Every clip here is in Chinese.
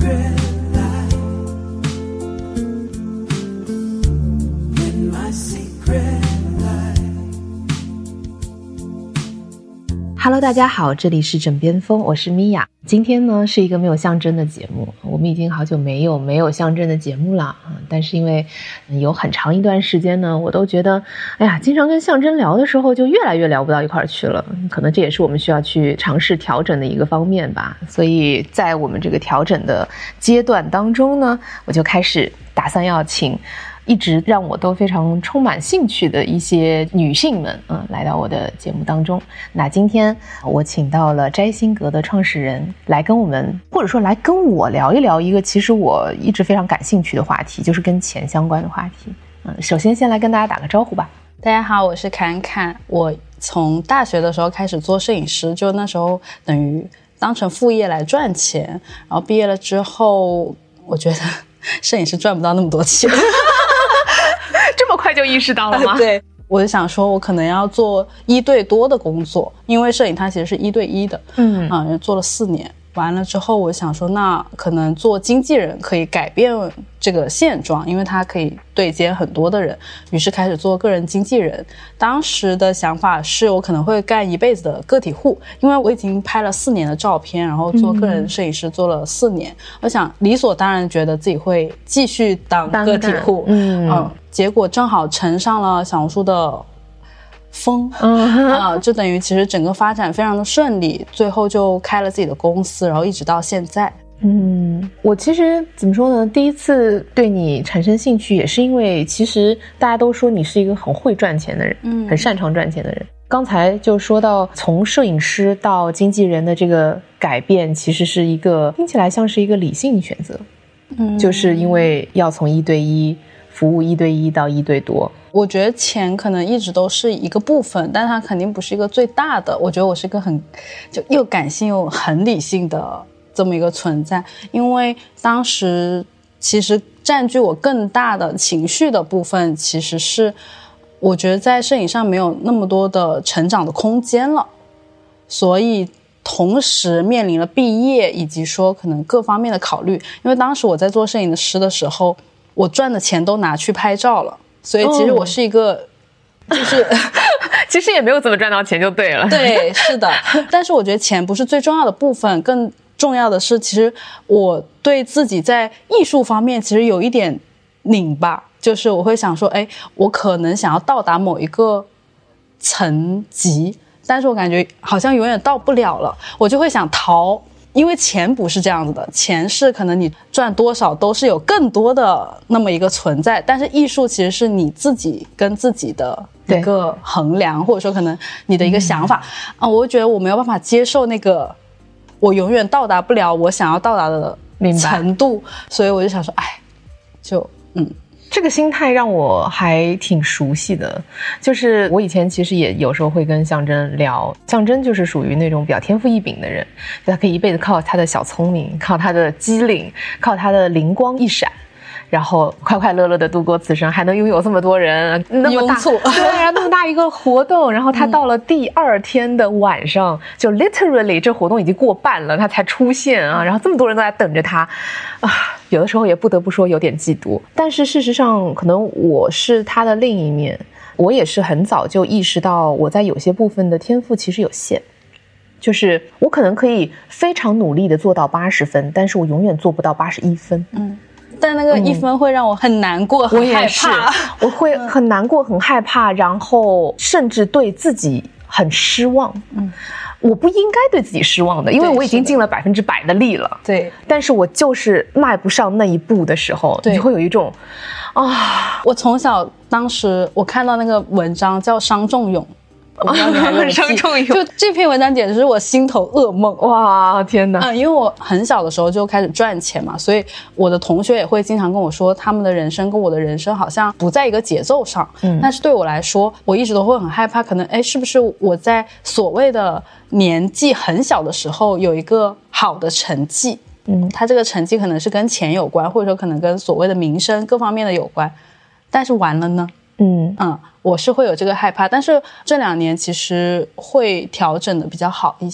Hello， 大家好，这里是枕边风，我是米娅。今天呢是一个没有象征的节目，我们已经好久没有象征的节目了，但是因为有很长一段时间呢，我都觉得，哎呀，经常跟象征聊的时候就越来越聊不到一块儿去了，可能这也是我们需要去尝试调整的一个方面吧。所以在我们这个调整的阶段当中呢，我就开始打算要请一直让我都非常充满兴趣的一些女性们来到我的节目当中。那今天我请到了摘星阁的创始人来跟我们，或者说来跟我聊一聊一个其实我一直非常感兴趣的话题，就是跟钱相关的话题。首先先来跟大家打个招呼吧。 大家好，我是侃侃。我从大学的时候开始做摄影师，就那时候等于当成副业来赚钱，然后毕业了之后我觉得摄影师赚不到那么多钱这么快就意识到了吗？ 对，我就想说我可能要做1对多的工作，因为摄影它其实是1对1的。做了4年，完了之后我想说那可能做经纪人可以改变这个现状，因为它可以对接很多的人，于是开始做个人经纪人。当时的想法是我可能会干一辈子的个体户，因为我已经拍了4年的照片，然后做个人摄影师做了4年，我想理所当然觉得自己会继续当个体户。结果正好乘上了小红书的风，就等于其实整个发展非常的顺利，最后就开了自己的公司，然后一直到现在。 我其实怎么说呢，第一次对你产生兴趣也是因为其实大家都说你是一个很会赚钱的人，很擅长赚钱的人。刚才就说到从摄影师到经纪人的这个改变，其实是一个听起来像是一个理性选择，就是因为要从1对1服务1对1到1对多。 我觉得钱可能一直都是一个部分，但它肯定不是一个最大的。我觉得我是一个就又感性又很理性的这么一个存在，因为当时其实占据我更大的情绪的部分，其实是我觉得在摄影上没有那么多的成长的空间了，所以同时面临了毕业以及说可能各方面的考虑。因为当时我在做摄影师的时候，我赚的钱都拿去拍照了，所以其实我是一个就是其实也没有怎么赚到钱就对了。 对，是的。但是我觉得钱不是最重要的部分，更重要的是其实我对自己在艺术方面其实有一点拧巴，就是我会想说我可能想要到达某一个层级，但是我感觉好像永远到不了了，我就会想逃。因为钱不是这样子的，钱是可能你赚多少都是有更多的那么一个存在，但是艺术其实是你自己跟自己的一个衡量，或者说可能你的一个想法我觉得我没有办法接受那个我永远到达不了我想要到达的程度，所以我就想说这个心态让我还挺熟悉的，就是我以前其实也有时候会跟象征聊，象征就是属于那种比较天赋异禀的人，就他可以一辈子靠他的小聪明，靠他的机灵，靠他的灵光一闪，然后快快乐乐的度过此生，还能拥有这么多人那么大，对，那么大一个活动，然后他到了第2天的晚上，就 literally 这活动已经过半了，他才出现然后这么多人都在等着他有的时候也不得不说有点嫉妒。但是事实上可能我是他的另一面，我也是很早就意识到我在有些部分的天赋其实有限，就是我可能可以非常努力的做到80分，但是我永远做不到81分。 但那个1分会让我很难过，很害怕。 我会很难过，很害怕，然后甚至对自己很失望。我不应该对自己失望的，因为我已经尽了100%的力了。对，但是我就是迈不上那一步的时候，你会有一种我从小当时我看到那个文章叫伤仲永，我不知道你还有没有记，就这篇文章简直是我心头噩梦。哇，天哪！因为我很小的时候就开始赚钱嘛，所以我的同学也会经常跟我说，他们的人生跟我的人生好像不在一个节奏上。但是对我来说，我一直都会很害怕，可能是不是我在所谓的年纪很小的时候有一个好的成绩，它这个成绩可能是跟钱有关，或者说可能跟所谓的名声各方面的有关，但是完了呢？我是会有这个害怕，但是这2年其实会调整的比较好一些。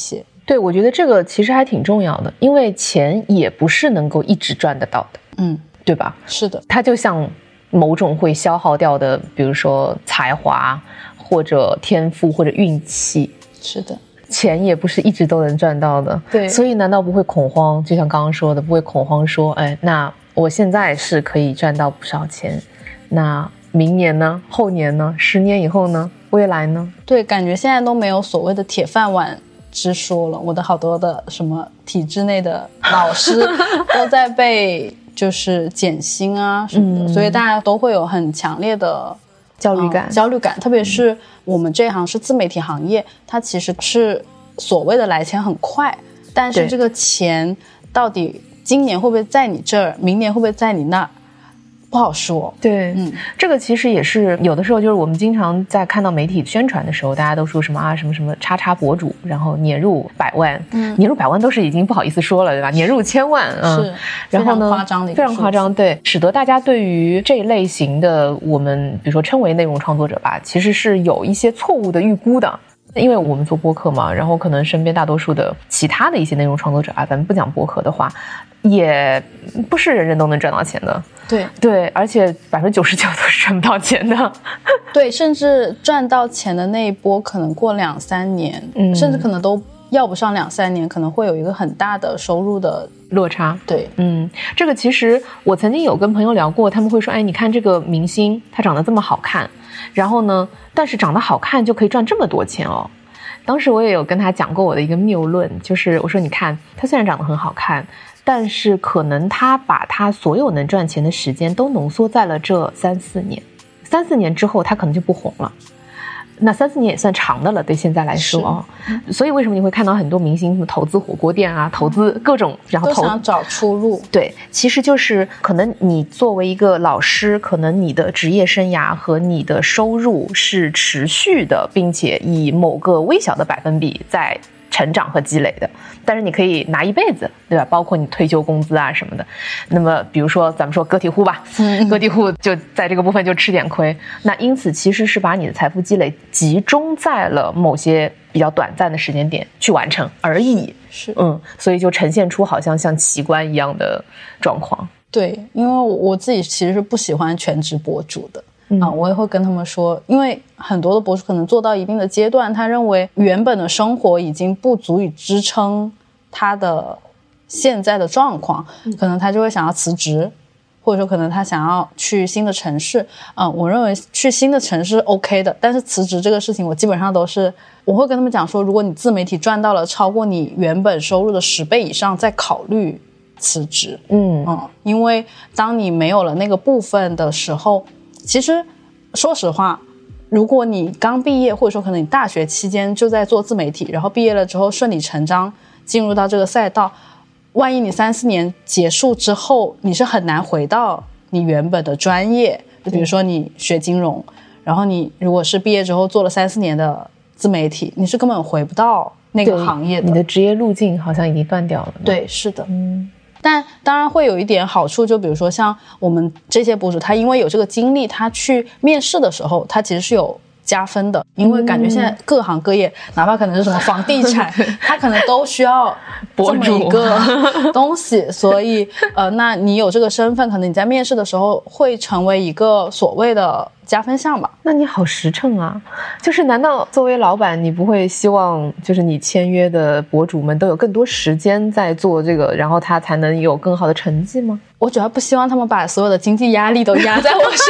对，我觉得这个其实还挺重要的，因为钱也不是能够一直赚得到的，对吧？ 是的， 它就像某种会消耗掉的，比如说才华或者天赋或者运气。 是的， 钱也不是一直都能赚到的。 对， 所以难道不会恐慌？就像刚刚说的，不会恐慌说，哎，那我现在是可以赚到不少钱，那明年呢？后年呢？10年以后呢？未来呢？ 对，感觉现在都没有所谓的铁饭碗之说了。我的好多的什么体制内的老师都在被就是减薪啊什么的，所以大家都会有很强烈的焦虑感，特别是我们这一行是自媒体行业，它其实是所谓的来钱很快，但是这个钱到底今年会不会在你这儿，明年会不会在你那儿，不好说。 对，这个其实也是有的时候，就是我们经常在看到媒体宣传的时候，大家都说什么啊，什么什么叉叉博主，然后年入100万，年入100万都是已经不好意思说了，对吧？年入1000万， 是， 然后呢， 非常夸张的一个， 非常夸张，对，使得大家对于这一类型的我们，比如说称为内容创作者吧，其实是有一些错误的预估的。因为我们做播客嘛，然后可能身边大多数的其他的一些内容创作者啊，咱们不讲播客的话，也不是人人都能赚到钱的。对，而且99%都是赚不到钱的。 对，甚至赚到钱的那一波，可能过2-3年，甚至可能都要不上2-3年，可能会有一个很大的收入的落差。 对， 这个其实我曾经有跟朋友聊过，他们会说，哎，你看这个明星，他长得这么好看，然后呢，但是长得好看就可以赚这么多钱哦。当时我也有跟他讲过我的一个谬论，就是我说，你看他虽然长得很好看，但是可能他把他所有能赚钱的时间都浓缩在了这3-4年，3-4年之后他可能就不红了。那3-4年也算长的了，对现在来说哦。所以为什么你会看到很多明星投资火锅店啊，投资各种，然后都想找出路。 对，其实就是可能你作为一个老师，可能你的职业生涯和你的收入是持续的，并且以某个微小的百分比在成长和积累的，但是你可以拿一辈子，对吧？包括你退休工资啊什么的。那么比如说咱们说个体户吧，个体户就在这个部分就吃点亏，那因此其实是把你的财富积累集中在了某些比较短暂的时间点去完成而已。 是， 所以就呈现出好像奇观一样的状况。 对，因为我自己其实是不喜欢全职博主的。我也会跟他们说，因为很多的博主可能做到一定的阶段，他认为原本的生活已经不足以支撑他的现在的状况，可能他就会想要辞职，或者说可能他想要去新的城市。我认为去新的城市 OK 的，但是辞职这个事情我基本上都是我会跟他们讲说，如果你自媒体赚到了超过你原本收入的10倍以上，再考虑辞职。因为当你没有了那个部分的时候，其实说实话，如果你刚毕业，或者说可能你大学期间就在做自媒体，然后毕业了之后顺理成章进入到这个赛道，万一你3-4年结束之后，你是很难回到你原本的专业，就比如说你学金融，然后你如果是毕业之后做了3-4年的自媒体，你是根本回不到那个行业的， 你的职业路径好像已经断掉了。 对，是的。但当然会有一点好处，就比如说像我们这些博主，他因为有这个经历，他去面试的时候他其实是有加分的，因为感觉现在各行各业哪怕可能是什么房地产他可能都需要这么一个东西，所以那你有这个身份，可能你在面试的时候会成为一个所谓的加分项吧。 那你好实诚啊，就是难道作为老板你不会希望就是你签约的博主们都有更多时间在做这个，然后他才能有更好的成绩吗？ 我主要不希望他们把所有的经济压力都压在我身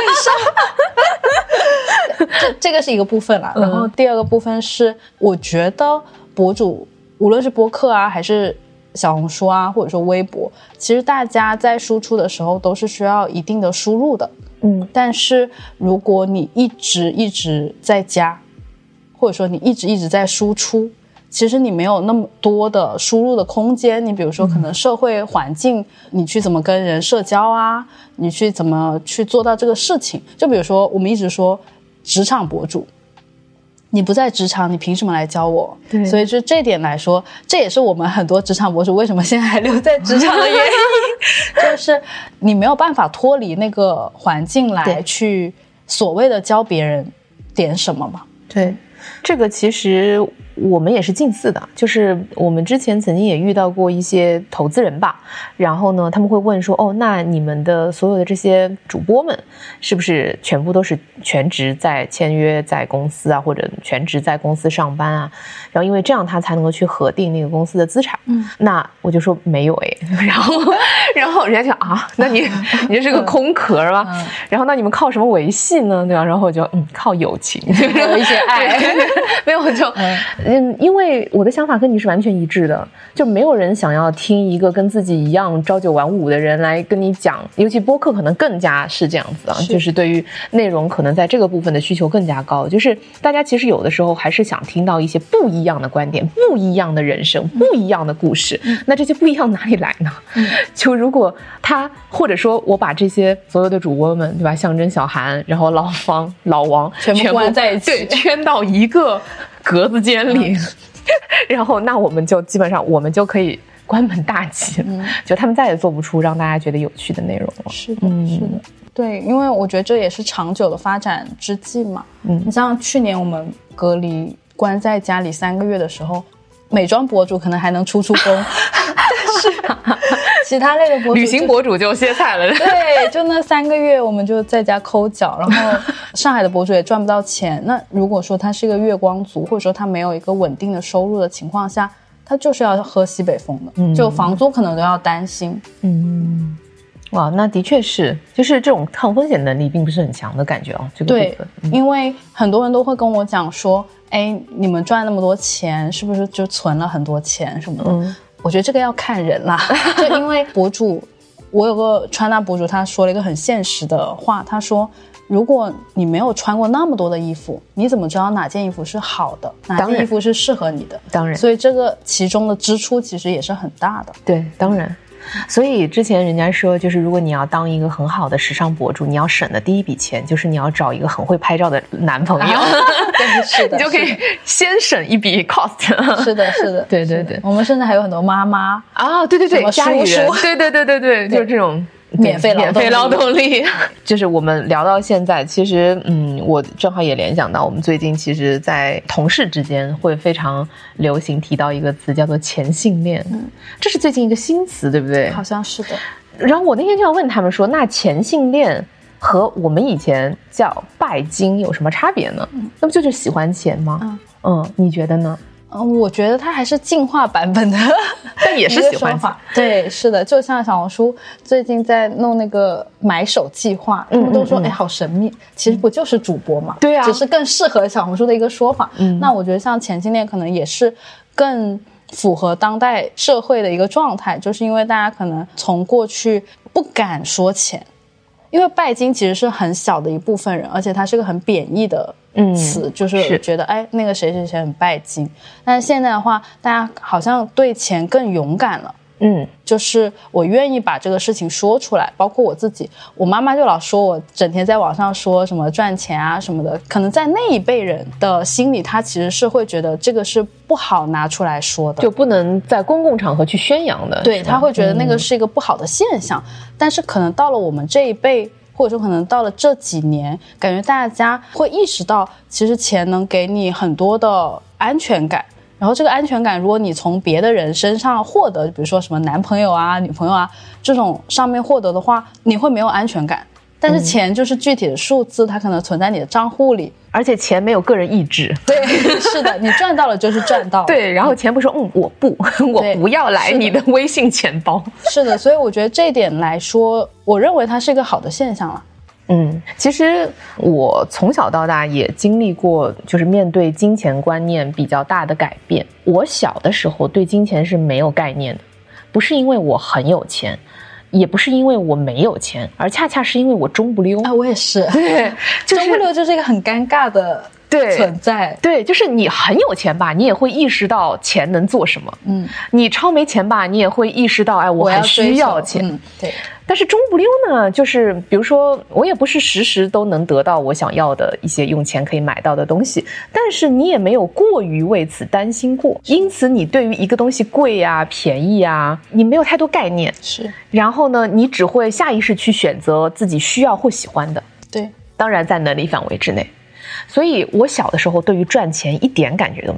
上这个是一个部分啦。然后第二个部分是我觉得博主无论是播客啊还是小红书啊或者说微博，其实大家在输出的时候都是需要一定的输入的。但是如果你一直在加，或者说你一直在输出，其实你没有那么多的输入的空间。你比如说可能社会环境，你去怎么跟人社交啊，你去怎么去做到这个事情。就比如说我们一直说职场博主，你不在职场你凭什么来教我？ 对， 所以就这点来说，这也是我们很多职场博主为什么现在还留在职场的原因就是你没有办法脱离那个环境来去所谓的教别人点什么嘛。 对，这个其实我们也是近似的，就是我们之前曾经也遇到过一些投资人吧，然后呢他们会问说，哦，那你们的所有的这些主播们是不是全部都是全职在签约在公司啊，或者全职在公司上班啊，然后因为这样他才能够去核定那个公司的资产。那我就说没有然后人家就啊，那你这是个空壳吧？然后那你们靠什么维系呢？对吧？然后我就靠友情， 有一些爱， 没有就因为我的想法跟你是完全一致的，就没有人想要听一个跟自己一样朝九晚五的人来跟你讲，尤其播客可能更加是这样子啊，就是对于内容可能在这个部分的需求更加高，就是大家其实有的时候还是想听到一些不一样的观点、不一样的人生、不一样的故事。那这些不一样哪里来呢？就如果他或者说我把这些所有的主播们，对吧，象征、小韩，然后老方、老王全部关在一起， 对，圈到一个格子间里，然后那我们就基本上我们就可以关门大吉，就他们再也做不出让大家觉得有趣的内容了。 是的，是的，对，因为我觉得这也是长久的发展之计嘛。你像去年我们隔离关在家里3个月的时候，美妆博主可能还能出工，但是其他类的博主， 旅行博主就歇菜了。 对，就那3个月我们就在家抠脚，然后上海的博主也赚不到钱。那如果说他是一个月光族，或者说他没有一个稳定的收入的情况下，他就是要喝西北风的，就房租可能都要担心。 哇，那的确是，就是这种抗风险能力并不是很强的感觉哦。这个部分， 因为很多人都会跟我讲说，哎，你们赚那么多钱，是不是就存了很多钱什么的？我觉得这个要看人啦，就因为博主，我有个穿搭博主，他说了一个很现实的话，他说，如果你没有穿过那么多的衣服，你怎么知道哪件衣服是好的，哪件衣服是适合你的？ 当然， 所以这个其中的支出其实也是很大的。 对，当然。所以之前人家说，就是如果你要当一个很好的时尚博主，你要省的第一笔钱就是你要找一个很会拍照的男朋友。 对，是的， 你就可以先省一笔 cost。 是的，是的， 对对对。 我们甚至还有很多妈妈啊，对对对，家里人，对，就是这种免费劳动力。就是我们聊到现在，其实我正好也联想到我们最近其实在同事之间会非常流行提到一个词叫做前性恋，这是最近一个新词，对不对？ 好像是的。 然后我那天就要问他们说，那前性恋和我们以前叫拜金有什么差别呢？那不就是喜欢钱吗？你觉得呢？ 我觉得它还是进化版本的， 但也是喜欢钱。 对，是的，就像小红书最近在弄那个买手计划，他们都说哎，好神秘，其实不就是主播嘛？ 对啊， 只是更适合小红书的一个说法。那我觉得像前性恋可能也是更符合当代社会的一个状态，就是因为大家可能从过去不敢说钱，因为拜金其实是很小的一部分人，而且它是个很贬义的词，就是觉得哎，那个谁谁谁很拜金。但是现在的话，大家好像对钱更勇敢了。就是我愿意把这个事情说出来，包括我自己，我妈妈就老说我整天在网上说什么赚钱啊什么的，可能在那一辈人的心里，他其实是会觉得这个是不好拿出来说的， 就不能在公共场合去宣扬的。 对，他会觉得那个是一个不好的现象。但是可能到了我们这一辈，或者说可能到了这几年，感觉大家会意识到，其实钱能给你很多的安全感。然后这个安全感，如果你从别的人身上获得，比如说什么男朋友啊、女朋友啊这种上面获得的话，你会没有安全感。但是钱就是具体的数字，它可能存在你的账户里， 而且钱没有个人意志。 对，是的，你赚到了就是赚到了。 对，然后钱不说我不要来你的微信钱包。 是的，所以我觉得这一点来说，我认为它是一个好的现象了。 其实我从小到大也经历过，就是面对金钱观念比较大的改变。我小的时候对金钱是没有概念的，不是因为我很有钱，也不是因为我没有钱，而恰恰是因为我中不溜。 我也是， 对， 中不溜就是一个很尴尬的存在。 对，就是你很有钱吧，你也会意识到钱能做什么。你超没钱吧，你也会意识到，哎，我很需要钱。 对。 但是中不溜呢，就是比如说我也不是时时都能得到我想要的一些用钱可以买到的东西，但是你也没有过于为此担心过，因此你对于一个东西贵啊便宜啊，你没有太多概念。 是， 然后呢，你只会下意识去选择自己需要或喜欢的。 对，当然在能力范围之内。所以我小的时候对于赚钱一点感觉都没有。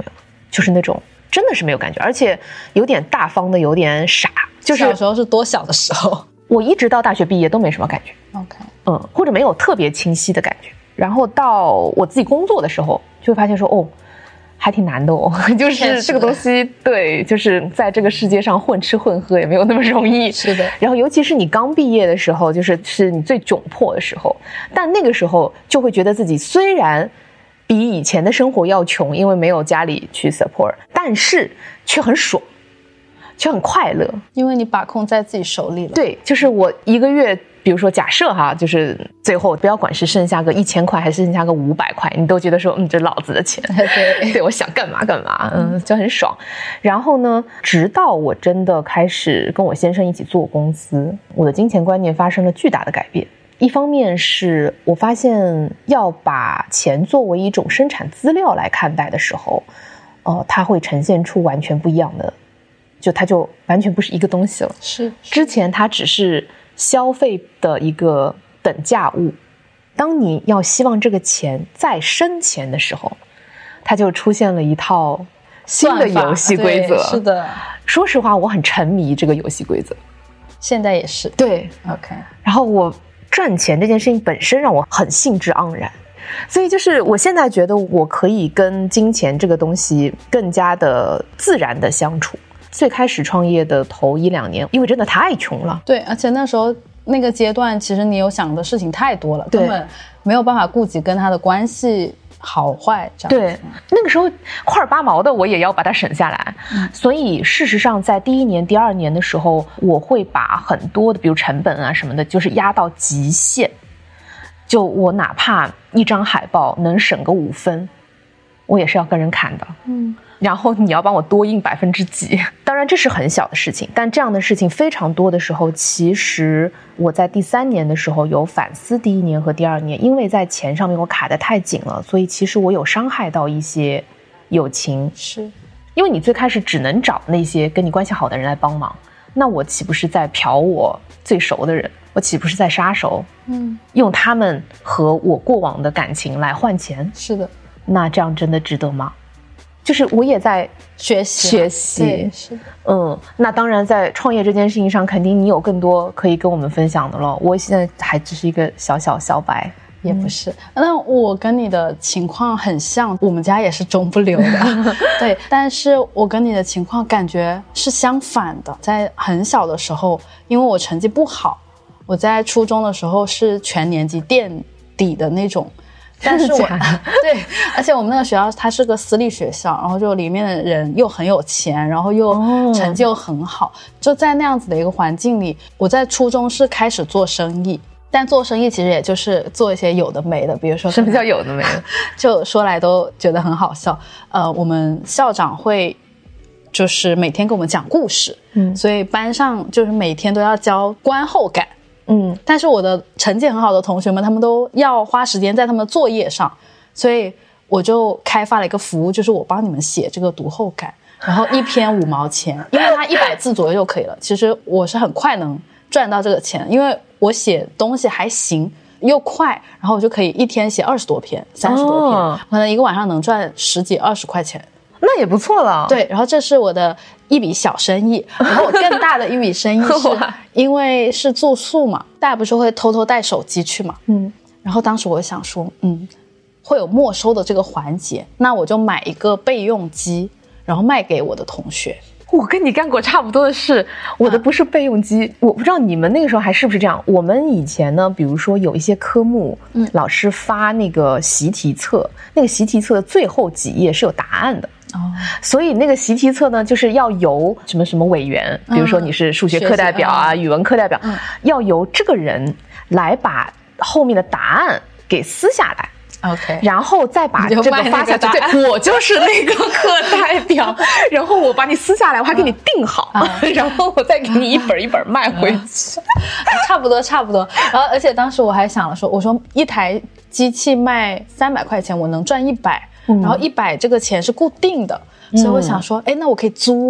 就是那种真的是没有感觉，而且有点大方的，有点傻。就是小时候是多小的时候？ 我一直到大学毕业都没什么感觉。 OK， 或者没有特别清晰的感觉。然后到我自己工作的时候，就会发现说，哦，还挺难的哦，就是这个东西，对，就是在这个世界上混吃混喝也没有那么容易。 是的。 然后尤其是你刚毕业的时候，是你最窘迫的时候，但那个时候就会觉得自己虽然比以前的生活要穷，因为没有家里去 support， 但是却很爽，却很快乐， 因为你把控在自己手里了。 对，就是我一个月，比如说假设哈，就是最后不要管是剩下个1000块还是剩下个500块，你都觉得说这老子的钱，对，我想干嘛干嘛，就很爽。然后呢，直到我真的开始跟我先生一起做公司，我的金钱观念发生了巨大的改变。一方面是我发现要把钱作为一种生产资料来看待的时候，它会呈现出完全不一样的，它就完全不是一个东西了。 是之前它只是消费的一个等价物，当你要希望这个钱再生钱的时候，它就出现了一套新的游戏规则。 是的， 说实话，我很沉迷这个游戏规则， 现在也是。 对 ，OK。 然后我赚钱这件事情本身让我很兴致盎然，所以就是我现在觉得我可以跟金钱这个东西更加的自然的相处。最开始创业的头1-2年，因为真的太穷了。 对，而且那时候那个阶段，其实你有想的事情太多了，根本没有办法顾及跟他的关系好坏这样。 对，那个时候块8毛的我也要把它省下来。所以事实上在第1年第2年的时候，我会把很多的比如成本啊什么的就是压到极限，就我哪怕一张海报能省个5分，我也是要跟人砍的。然后你要帮我多印几%，当然这是很小的事情，但这样的事情非常多的时候，其实我在第3年的时候有反思第1年和第2年，因为在钱上面我卡得太紧了，所以其实我有伤害到一些友情。 是因为你最开始只能找那些跟你关系好的人来帮忙，那我岂不是在嫖我最熟的人？我岂不是在杀熟？用他们和我过往的感情来换钱？ 是的。 那这样真的值得吗？就是我也在学习。 对，是的。 那当然在创业这件事情上，肯定你有更多可以跟我们分享的了。我现在还只是一个小白。 也不是，那我跟你的情况很像，我们家也是中不溜的。对，但是我跟你的情况感觉是相反的。在很小的时候，因为我成绩不好，我在初中的时候是全年级垫底的那种。但是对，而且我们那个学校它是个私立学校，然后就里面的人又很有钱，然后又成绩又很好，就在那样子的一个环境里，我在初中是开始做生意。但做生意其实也就是做一些有的没的，比如说什么叫有的没的？ 就说来都觉得很好笑。我们校长会就是每天给我们讲故事，所以班上就是每天都要教观后感。但是我的成绩很好的同学们，他们都要花时间在他们的作业上，所以我就开发了一个服务，就是我帮你们写这个读后感，然后1篇5毛钱，因为它100字左右就可以了。其实我是很快能赚到这个钱，因为我写东西还行又快，然后我就可以一天写20多篇30多篇，可能一个晚上能赚10几20块钱， 那也不错了。 对，然后这是我的一笔小生意。然后我更大的一笔生意是因为是住宿嘛，大家不是会偷偷带手机去嘛，然后当时我想说会有没收的这个环节，那我就买一个备用机，然后卖给我的同学。 我跟你干过差不多的事，我的不是备用机，我不知道你们那个时候还是不是这样。我们以前呢，比如说有一些科目，老师发那个习题册，那个习题册的最后几页是有答案的。所以那个习题册呢，就是要由什么什么委员，比如说你是数学课代表啊，语文课代表，要由这个人来把后面的答案给撕下来。 OK， 然后再把这个发下去。对，我就是那个课代表，然后我把你撕下来，我还给你订好，然后我再给你一本一本卖回去。 差不多。然后而且当时我还想了说，我说一台机器卖300块钱，我能赚100，然后100这个钱是固定的，所以我想说，那我可以租啊。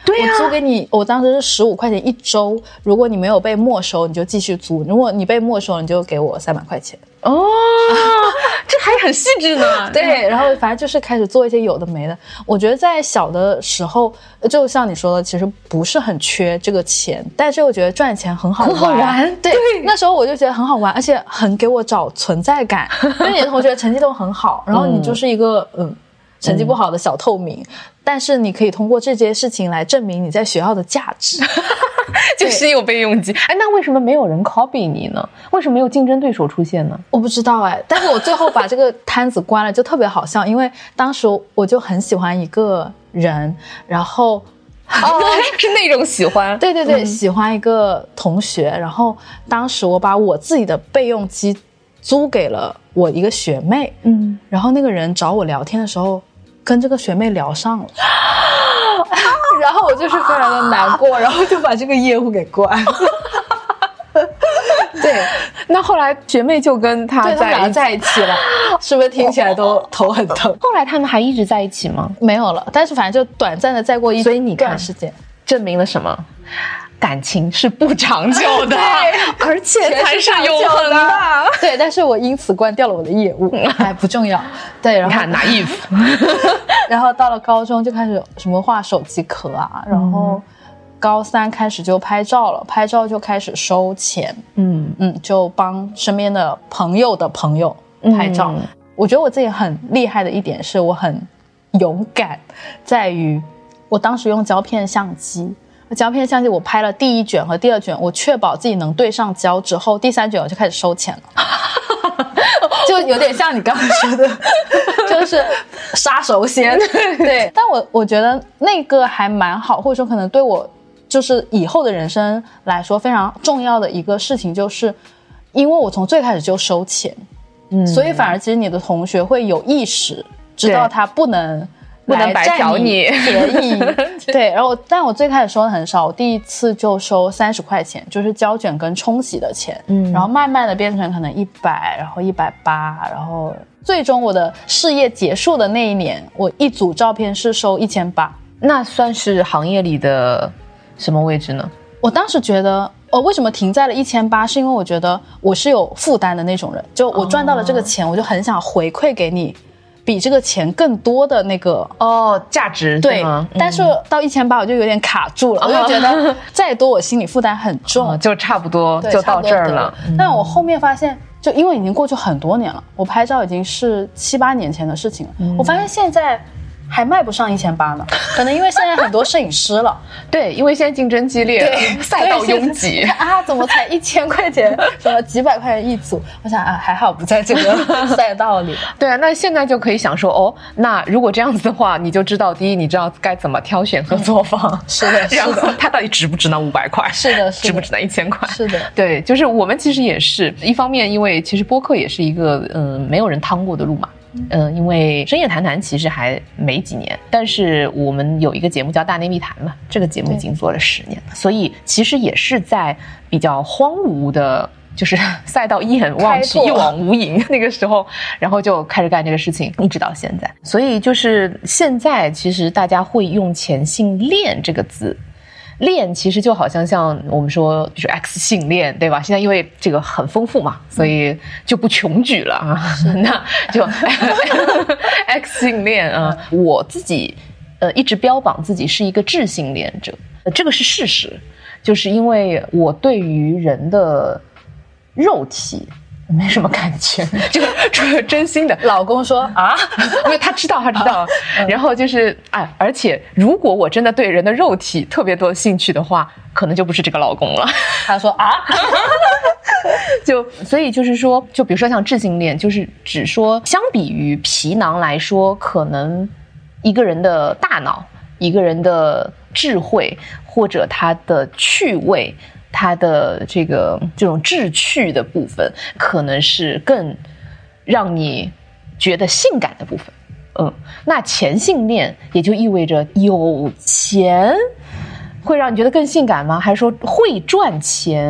对啊， 我租给你，我当时是15块钱1周，如果你没有被没收，你就继续租；如果你被没收，你就给我300块钱。 哦，这还很细致呢。 对，然后反正就是开始做一些有的没的。我觉得在小的时候，就像你说的，其实不是很缺这个钱，但是我觉得赚钱很好玩。 很好玩， 对，那时候我就觉得很好玩，而且很给我找存在感。因为你的同学成绩都很好，然后你就是一个成绩不好的小透明，但是你可以通过这些事情来证明你在学校的价值。 就是有备用机。哎，那为什么没有人 copy 你呢？为什么没有竞争对手出现呢？ 我不知道哎，但是我最后把这个摊子关了，就特别好笑，因为当时我就很喜欢一个人，然后是那种喜欢， 对对对，喜欢一个同学，然后当时我把我自己的备用机租给了我一个学妹，然后那个人找我聊天的时候，跟这个学妹聊上了。然后我就是非常的难过，然后就把这个业务给关了。对， 那后来学妹就跟他在一起了，是不是听起来都头很疼？ 后来他们还一直在一起吗？ 没有了，但是反正就短暂的再过一段时间。 证明了什么？感情是不长久的，而且才是永恒的。 对，但是我因此关掉了我的业务，哎，不重要。对，然后你看拿衣服， 然后到了高中就开始什么画手机壳啊，然后高3开始就拍照了，拍照就开始收钱，就帮身边的朋友的朋友拍照。我觉得我自己很厉害的一点是我很勇敢，在于我当时用胶片相机我拍了第1卷和第2卷，我确保自己能对上焦之后，第3卷我就开始收钱了。就有点像你刚刚说的，就是杀熟先。对，但我觉得那个还蛮好，或者说可能对我就是以后的人生来说非常重要的一个事情，就是因为我从最开始就收钱，所以反而其实你的同学会有意识知道他不能白嫖你便宜。对，然后但我最开始收的很少，我第一次就收30块钱，就是胶卷跟冲洗的钱，然后慢慢的变成可能100，然后180，然后最终我的事业结束的那一年，我一组照片是收1800。 那算是行业里的什么位置呢？ 我当时觉得为什么停在了1800，是因为我觉得我是有负担的那种人，就我赚到了这个钱，我就很想回馈给你比这个钱更多的那个价值， 对吗？但是到1800我就有点卡住了，我就觉得再多我心理负担很重， 就差不多就到这儿了。 但我后面发现，就因为已经过去很多年了，我拍照已经是7、8年前的事情了，我发现现在还卖不上1800呢，可能因为现在很多摄影师了。 对，因为现在竞争激烈，对，赛道拥挤啊，怎么才1000块钱，什么几百块钱一组？我想还好不在这个赛道里。 对啊，那现在就可以想说那如果这样子的话，你就知道第一，你知道该怎么挑选合作方， 是的， 然后它到底值不值那500块， 是的， 值不值那1000块， 是的， 对，就是我们其实也是一方面，因为其实播客也是一个没有人趟过的路嘛。因为深夜谈谈其实还没几年，但是我们有一个节目叫大内密谈嘛，这个节目已经做了10年了，所以其实也是在比较荒芜的，就是赛道一眼望去一往无垠那个时候，然后就开始干这个事情，一直到现在。所以就是现在其实大家会用前性恋这个字，恋其实就好像我们说比如说 X 性恋，对吧？现在因为这个很丰富嘛，所以就不穷举了啊。那就 X 性恋啊，我自己一直标榜自己是一个质性恋者，这个是事实，就是因为我对于人的肉体没什么感觉，就是真心的。 老公说啊， 因为他知道，然后就是而且如果我真的对人的肉体特别多的兴趣的话，可能就不是这个老公了。 他说啊， 所以就是说，就比如说像质性恋，就是只说相比于皮囊来说，可能一个人的大脑、一个人的智慧或者他的趣味。它的这种志趣的部分，可能是更让你觉得性感的部分。那前性恋也就意味着有钱会让你觉得更性感吗？还是说会赚钱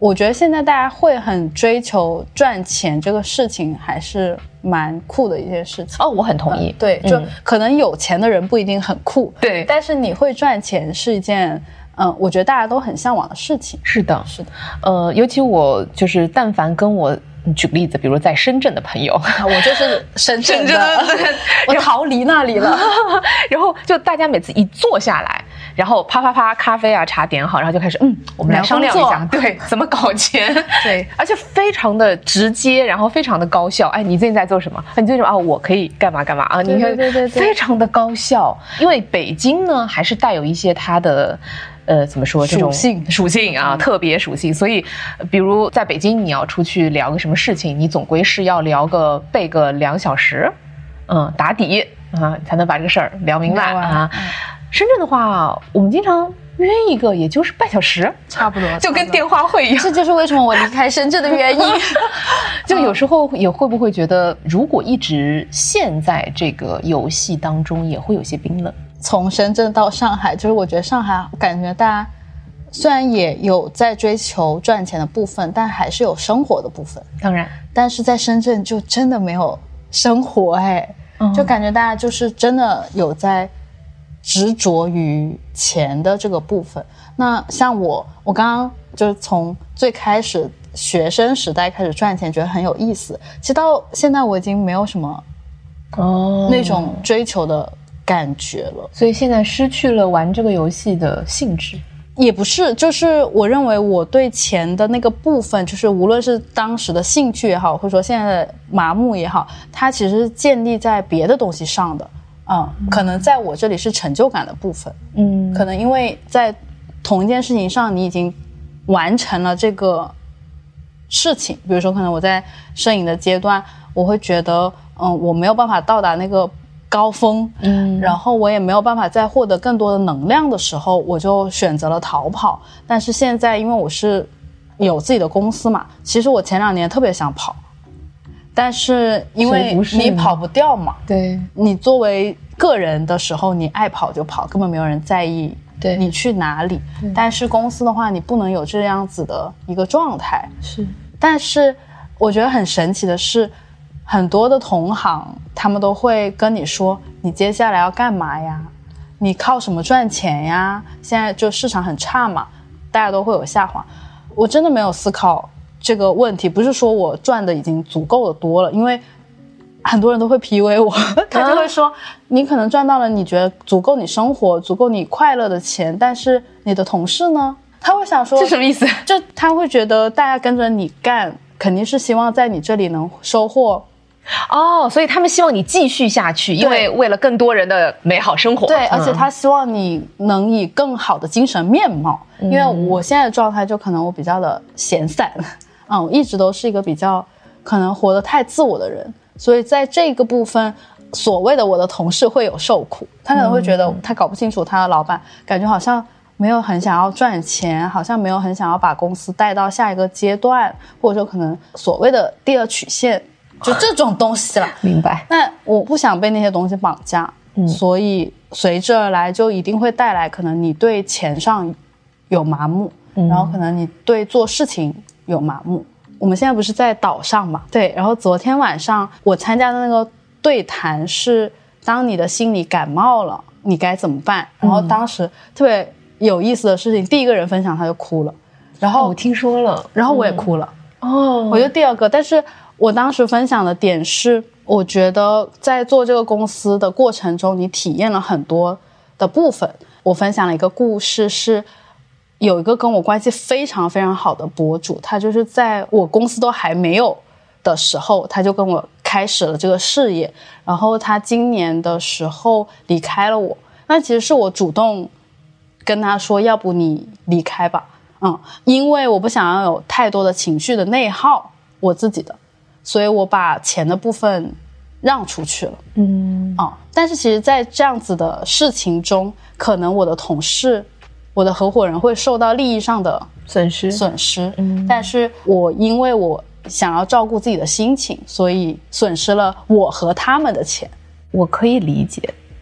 我觉得现在大家会很追求赚钱这个事情，还是蛮酷的一件事情。 哦，我很同意。 对，就可能有钱的人不一定很酷， 对， 但是你会赚钱是一件，我觉得大家都很向往的事情。 是的， 是的。 尤其我就是但凡跟我举个例子，比如在深圳的朋友， 我就是深圳的，我逃离那里了。 然后就大家每次一坐下来，然后啪啪啪，咖啡啊茶点好，然后就开始我们来商量一下，对，怎么搞钱？ 对， 而且非常的直接，然后非常的高效。哎，你最近在做什么？你最近啊，我可以干嘛干嘛啊？你看， 对， 非常的高效。因为北京呢，还是带有一些它的。怎么说这种属性啊，特别属性。所以，比如在北京，你要出去聊个什么事情，你总归是要背个2小时，打底啊，才能把这个事儿聊明白啊。深圳的话，我们经常约一个，也就是半小时， 差不多， 就跟电话会一样。 这就是为什么我离开深圳的原因。 就有时候也会不会觉得，如果一直陷在这个游戏当中，也会有些冰冷。 从深圳到上海，就是我觉得上海感觉大家虽然也有在追求赚钱的部分，但还是有生活的部分。 当然， 但是在深圳就真的没有生活，就感觉大家就是真的有在执着于钱的这个部分。那像我刚刚就是从最开始学生时代开始赚钱，觉得很有意思。其实到现在我已经没有什么那种追求的感觉了， 所以现在失去了玩这个游戏的兴致。 也不是，就是我认为我对钱的那个部分，就是无论是当时的兴趣也好，或者说现在的麻木也好，它其实是建立在别的东西上的。可能在我这里是成就感的部分。可能因为在同一件事情上你已经完成了这个事情，比如说可能我在摄影的阶段，我会觉得我没有办法到达那个高峰，然后我也没有办法再获得更多的能量的时候，我就选择了逃跑。但是现在因为我是有自己的公司嘛，其实我前2年特别想跑，但是因为你跑不掉嘛， 对， 你作为个人的时候你爱跑就跑，根本没有人在意你去哪里。但是公司的话你不能有这样子的一个状态。 是， 但是我觉得很神奇的是，很多的同行他们都会跟你说你接下来要干嘛呀，你靠什么赚钱呀，现在就市场很差嘛，大家都会有下滑。我真的没有思考这个问题，不是说我赚的已经足够的多了，因为很多人都会 PUA 我，他就会说你可能赚到了你觉得足够你生活足够你快乐的钱，但是你的同事呢，他会想说这什么意思， 就他会觉得大家跟着你干肯定是希望在你这里能收获所以他们希望你继续下去，因为为了更多人的美好生活。 对，而且他希望你能以更好的精神面貌。因为我现在的状态就可能我比较的闲散，我一直都是一个比较可能活得太自我的人，所以在这个部分所谓的我的同事会有受苦，他可能会觉得他搞不清楚他的老板感觉好像没有很想要赚钱，好像没有很想要把公司带到下一个阶段，或者说可能所谓的第二曲线，就这种东西了。 明白。 那我不想被那些东西绑架，所以随之而来就一定会带来可能你对钱上有麻木，然后可能你对做事情有麻木。我们现在不是在岛上嘛，对，然后昨天晚上我参加的那个对谈是当你的心里感冒了你该怎么办，然后当时特别有意思的事情，第一个人分享他就哭了，然后我听说了， 然后我也哭了，我就第二个。但是我当时分享的点是，我觉得在做这个公司的过程中你体验了很多的部分。我分享了一个故事，是有一个跟我关系非常非常好的博主，他就是在我公司都还没有的时候他就跟我开始了这个事业，然后他今年的时候离开了我，那其实是我主动跟他说要不你离开吧，因为我不想要有太多的情绪的内耗，我自己的，所以我把钱的部分让出去了。但是其实在这样子的事情中，可能我的同事我的合伙人会受到利益上的损失，但是我因为我想要照顾自己的心情，所以损失了我和他们的钱。 我可以理解，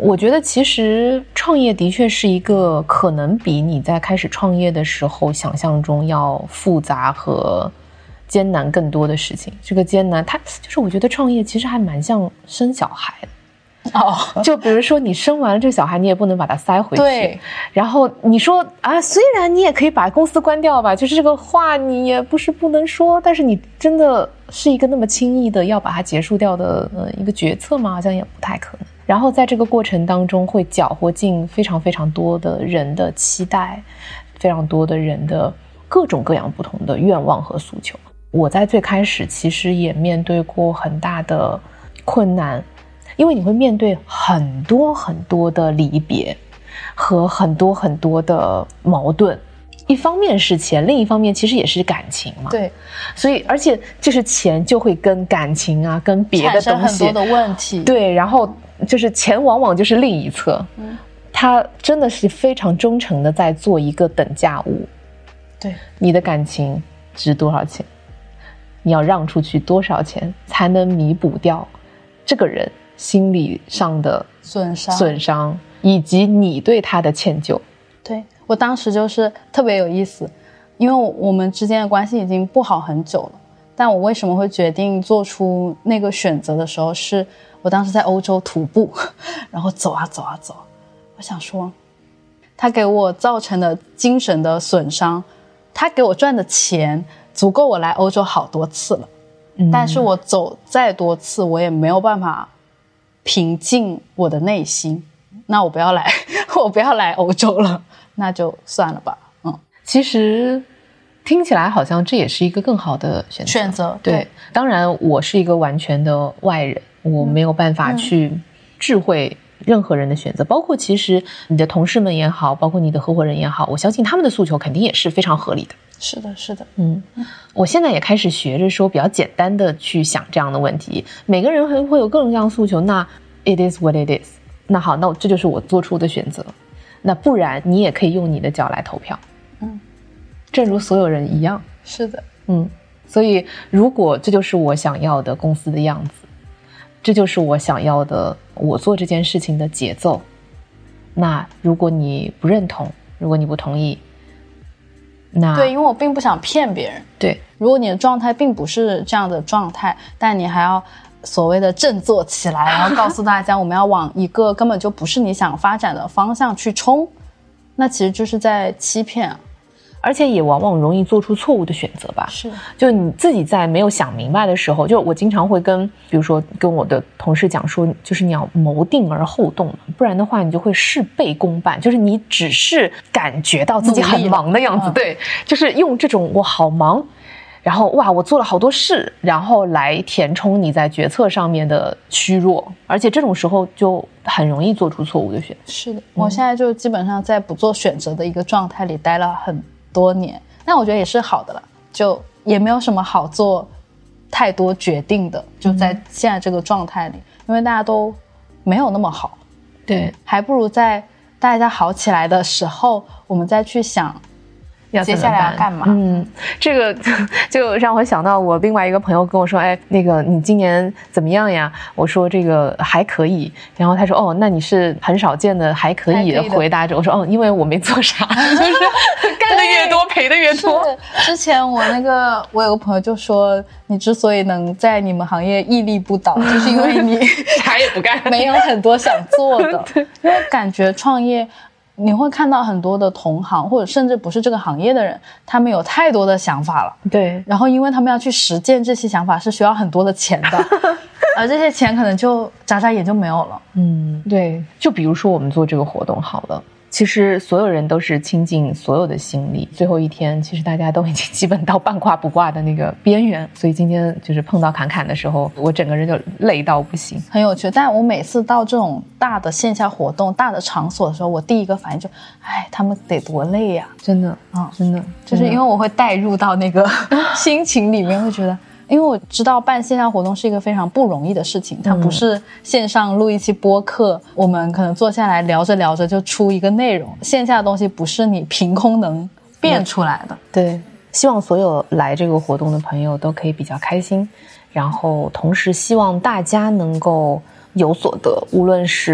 我觉得其实创业的确是一个可能比你在开始创业的时候想象中要复杂和艰难更多的事情。这个艰难，它就是我觉得创业其实还蛮像生小孩的。就比如说你生完了这个小孩，你也不能把它塞回去。 对。 然后你说啊，虽然你也可以把公司关掉吧，就是这个话你也不是不能说，但是你真的是一个那么轻易的要把它结束掉的一个决策吗？好像也不太可能。然后在这个过程当中会搅和进非常非常多的人的期待，非常多的人的各种各样不同的愿望和诉求。我在最开始其实也面对过很大的困难，因为你会面对很多很多的离别和很多很多的矛盾，一方面是钱，另一方面其实也是感情嘛。 对， 所以而且就是钱就会跟感情啊跟别的东西产生很多的问题。 对，然后就是钱往往就是另一侧，他真的是非常忠诚的在做一个等价物。 对， 你的感情值多少钱，你要让出去多少钱才能弥补掉这个人心理上的损伤以及你对他的歉疚。 对，我当时就是特别有意思，因为我们之间的关系已经不好很久了，但我为什么会决定做出那个选择的时候，是我当时在欧洲徒步，然后走啊走啊走，我想说他给我造成的精神的损伤，他给我赚的钱足够我来欧洲好多次了，但是我走再多次我也没有办法平静我的内心，那我不要来欧洲了，那就算了吧。 其实听起来好像这也是一个更好的选择。对，当然我是一个完全的外人，我没有办法去智慧任何人的选择，包括其实你的同事们也好，包括你的合伙人也好，我相信他们的诉求肯定也是非常合理的。 是的是的。 我现在也开始学着说比较简单的去想这样的问题，每个人会有各种各样的诉求，那 it is what it is， 那好，那这就是我做出的选择，那不然你也可以用你的脚来投票。正如所有人一样。 是的。 所以如果这就是我想要的公司的样子，这就是我想要的我做这件事情的节奏，那如果你不认同，如果你不同意，那对，因为我并不想骗别人。 对， 如果你的状态并不是这样的状态，但你还要所谓的振作起来，然后告诉大家我们要往一个根本就不是你想发展的方向去冲，那其实就是在欺骗啊。 而且也往往容易做出错误的选择吧。 是， 就你自己在没有想明白的时候，就我经常会比如说跟我的同事讲说，就是你要谋定而后动，不然的话你就会事倍功半，就是你只是感觉到自己很忙的样子。对，就是用这种我好忙，然后哇我做了好多事，然后来填充你在决策上面的虚弱，而且这种时候就很容易做出错误的选择。 是的，我现在就基本上在不做选择的一个状态里待了很多年，但我觉得也是好的了，就也没有什么好做太多决定的，就在现在这个状态里，因为大家都没有那么好。 对， 还不如在大家好起来的时候，我们再去想接下来要干嘛。 这个就让我想到我另外一个朋友跟我说，哎，那个你今年怎么样呀？我说这个还可以，然后他说哦，那你是很少见的还可以的回答者。我说哦，因为我没做啥，就是干的越多赔的越多。 之前我有个朋友就说，你之所以能在你们行业屹立不倒，就是因为你啥也不干， 没有很多想做的。因为感觉创业你会看到很多的同行或者甚至不是这个行业的人，他们有太多的想法了。 对， 然后因为他们要去实践这些想法是需要很多的钱的而这些钱可能就眨眨眼就没有了。 对，就比如说我们做这个活动好了，其实所有人都是倾尽所有的心力，最后一天其实大家都已经基本到半挂不挂的那个边缘，所以今天就是碰到侃侃的时候，我整个人就累到不行。 很有趣，但我每次到这种大的线下活动大的场所的时候，我第一个反应就他们得多累呀。 真的真的， 就是因为我会带入到那个心情里面，会觉得因为我知道办线下活动是一个非常不容易的事情，它不是线上录一期播客，我们可能坐下来聊着聊着就出一个内容，线下的东西不是你凭空能变出来的。 对，希望所有来这个活动的朋友都可以比较开心，然后同时希望大家能够有所得，无论是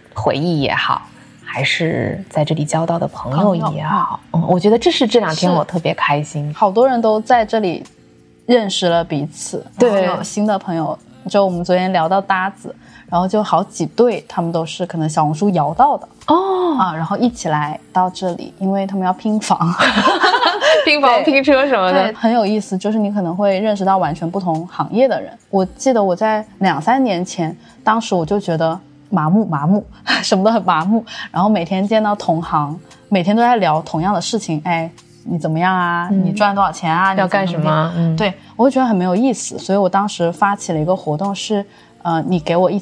回忆也好，还是在这里交到的朋友也好，我觉得这是这2天我特别开心。 好多人都在这里认识了彼此，对，有新的朋友，就我们昨天聊到搭子，然后就好几对，他们都是可能小红书摇到的然后一起来到这里，因为他们要拼房拼房拼车什么的， 对，很有意思，就是你可能会认识到完全不同行业的人。我记得我在2-3年前，当时我就觉得麻木什么都很麻木，然后每天见到同行，每天都在聊同样的事情，哎，你怎么样啊，你赚多少钱啊， 要干什么， 对，我会觉得很没有意思。所以我当时发起了一个活动是你给我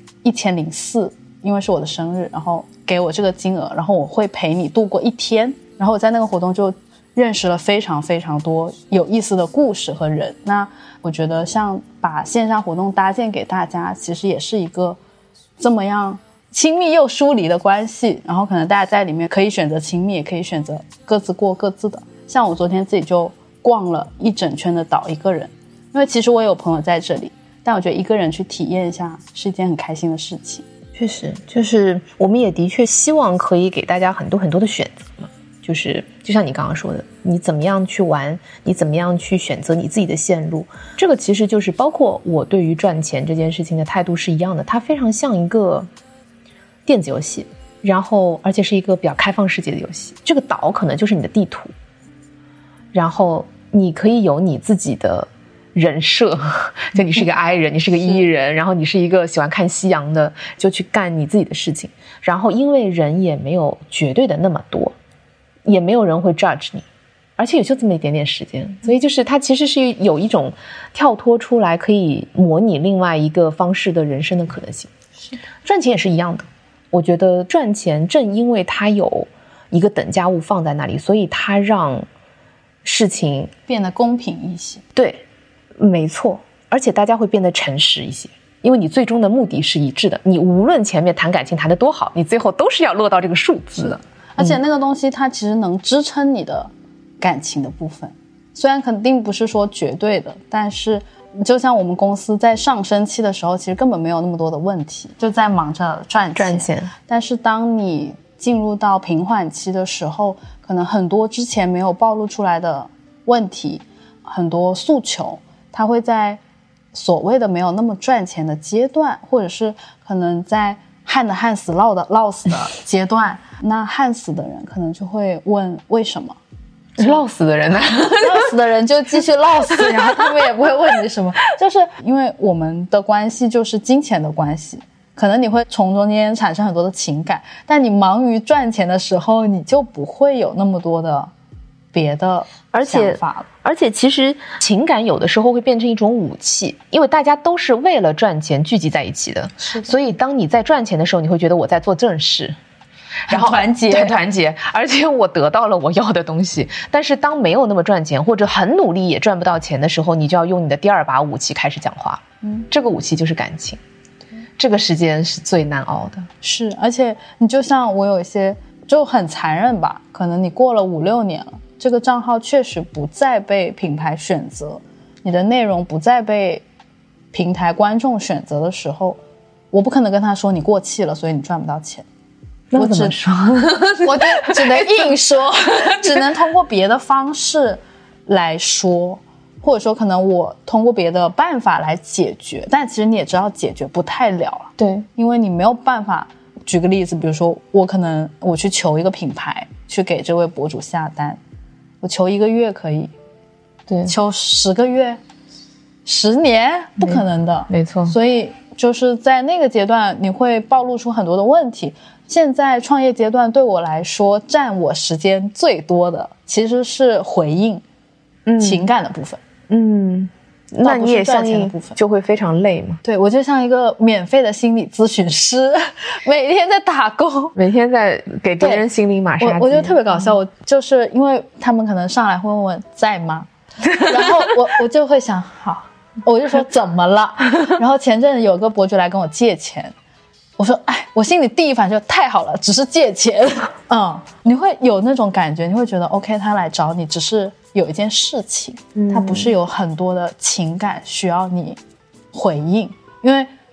1004，因为是我的生日，然后给我这个金额，然后我会陪你度过1天。然后我在那个活动就认识了非常非常多有意思的故事和人。那我觉得像把线上活动搭建给大家，其实也是一个这么样亲密又疏离的关系，然后可能大家在里面可以选择亲密，也可以选择各自过各自的。像我昨天自己就逛了一整圈的岛，一个人，因为其实我也有朋友在这里，但我觉得一个人去体验一下是一件很开心的事情。 确实，就是我们也的确希望可以给大家很多很多的选择嘛，就是就像你刚刚说的，你怎么样去玩，你怎么样去选择你自己的线路，这个其实就是包括我对于赚钱这件事情的态度是一样的，它非常像一个电子游戏，然后而且是一个比较开放世界的游戏。这个岛可能就是你的地图，然后你可以有你自己的人设，就你是一个 I 人，你是个 E 人，然后你是一个喜欢看夕阳的，就去干你自己的事情。然后因为人也没有绝对的那么多，也没有人会 judge 你，而且也就这么一点点时间，所以就是它其实是有一种跳脱出来可以模拟另外一个方式的人生的可能性。赚钱也是一样的，我觉得赚钱正因为它有一个等价物放在那里，所以它让事情变得公平一些。 对，没错，而且大家会变得诚实一些，因为你最终的目的是一致的，你无论前面谈感情谈得多好，你最后都是要落到这个数字的。 而且那个东西它其实能支撑你的感情的部分，虽然肯定不是说绝对的，但是就像我们公司在上升期的时候，其实根本没有那么多的问题，就在忙着赚钱。但是当你进入到平缓期的时候，可能很多之前没有暴露出来的问题，很多诉求，它会在所谓的没有那么赚钱的阶段，或者是可能在旱的旱死涝的涝死的阶段，那旱死的人可能就会问为什么。 涝死的人呢？ 涝死的人就继续涝死，然后他们也不会问你什么，就是因为我们的关系就是金钱的关系，可能你会从中间产生很多的情感，但你忙于赚钱的时候，你就不会有那么多的别的想法了。 而且其实情感有的时候会变成一种武器，因为大家都是为了赚钱聚集在一起的，所以当你在赚钱的时候，你会觉得我在做正事，然后很团结，而且我得到了我要的东西。但是当没有那么赚钱，或者很努力也赚不到钱的时候，你就要用你的第二把武器开始讲话。这个武器就是感情，这个时间是最难熬的。 是，而且你就像我有一些就很残忍吧，可能你过了5-6年了，这个账号确实不再被品牌选择，你的内容不再被平台观众选择的时候，我不可能跟他说你过气了，所以你赚不到钱。 我怎么说？ 我就只能硬说，只能通过别的方式来说，或者说可能我通过别的办法来解决，但其实你也知道解决不太了了。 对， 因为你没有办法。举个例子，比如说我去求一个品牌去给这位博主下单，我求1个月可以， 对， 求10个月、10年不可能的， 没错。 所以就是在那个阶段，你会暴露出很多的问题。现在创业阶段对我来说，占我时间最多的其实是回应情感的部分。 那你也相应就会非常累嘛？ 对，我就像一个免费的心理咨询师，每天在打工， 每天在给别人心理马杀鸡。 我觉得特别搞笑，我就是因为他们可能上来会问我在吗，然后我就会想好，我就说怎么了？然后前阵子有个博主来跟我借钱，我说哎，我心里第一反应就太好了，只是借钱。你会有那种感觉，你会觉得 OK， 他来找你只是有一件事情，他不是有很多的情感需要你回应。因为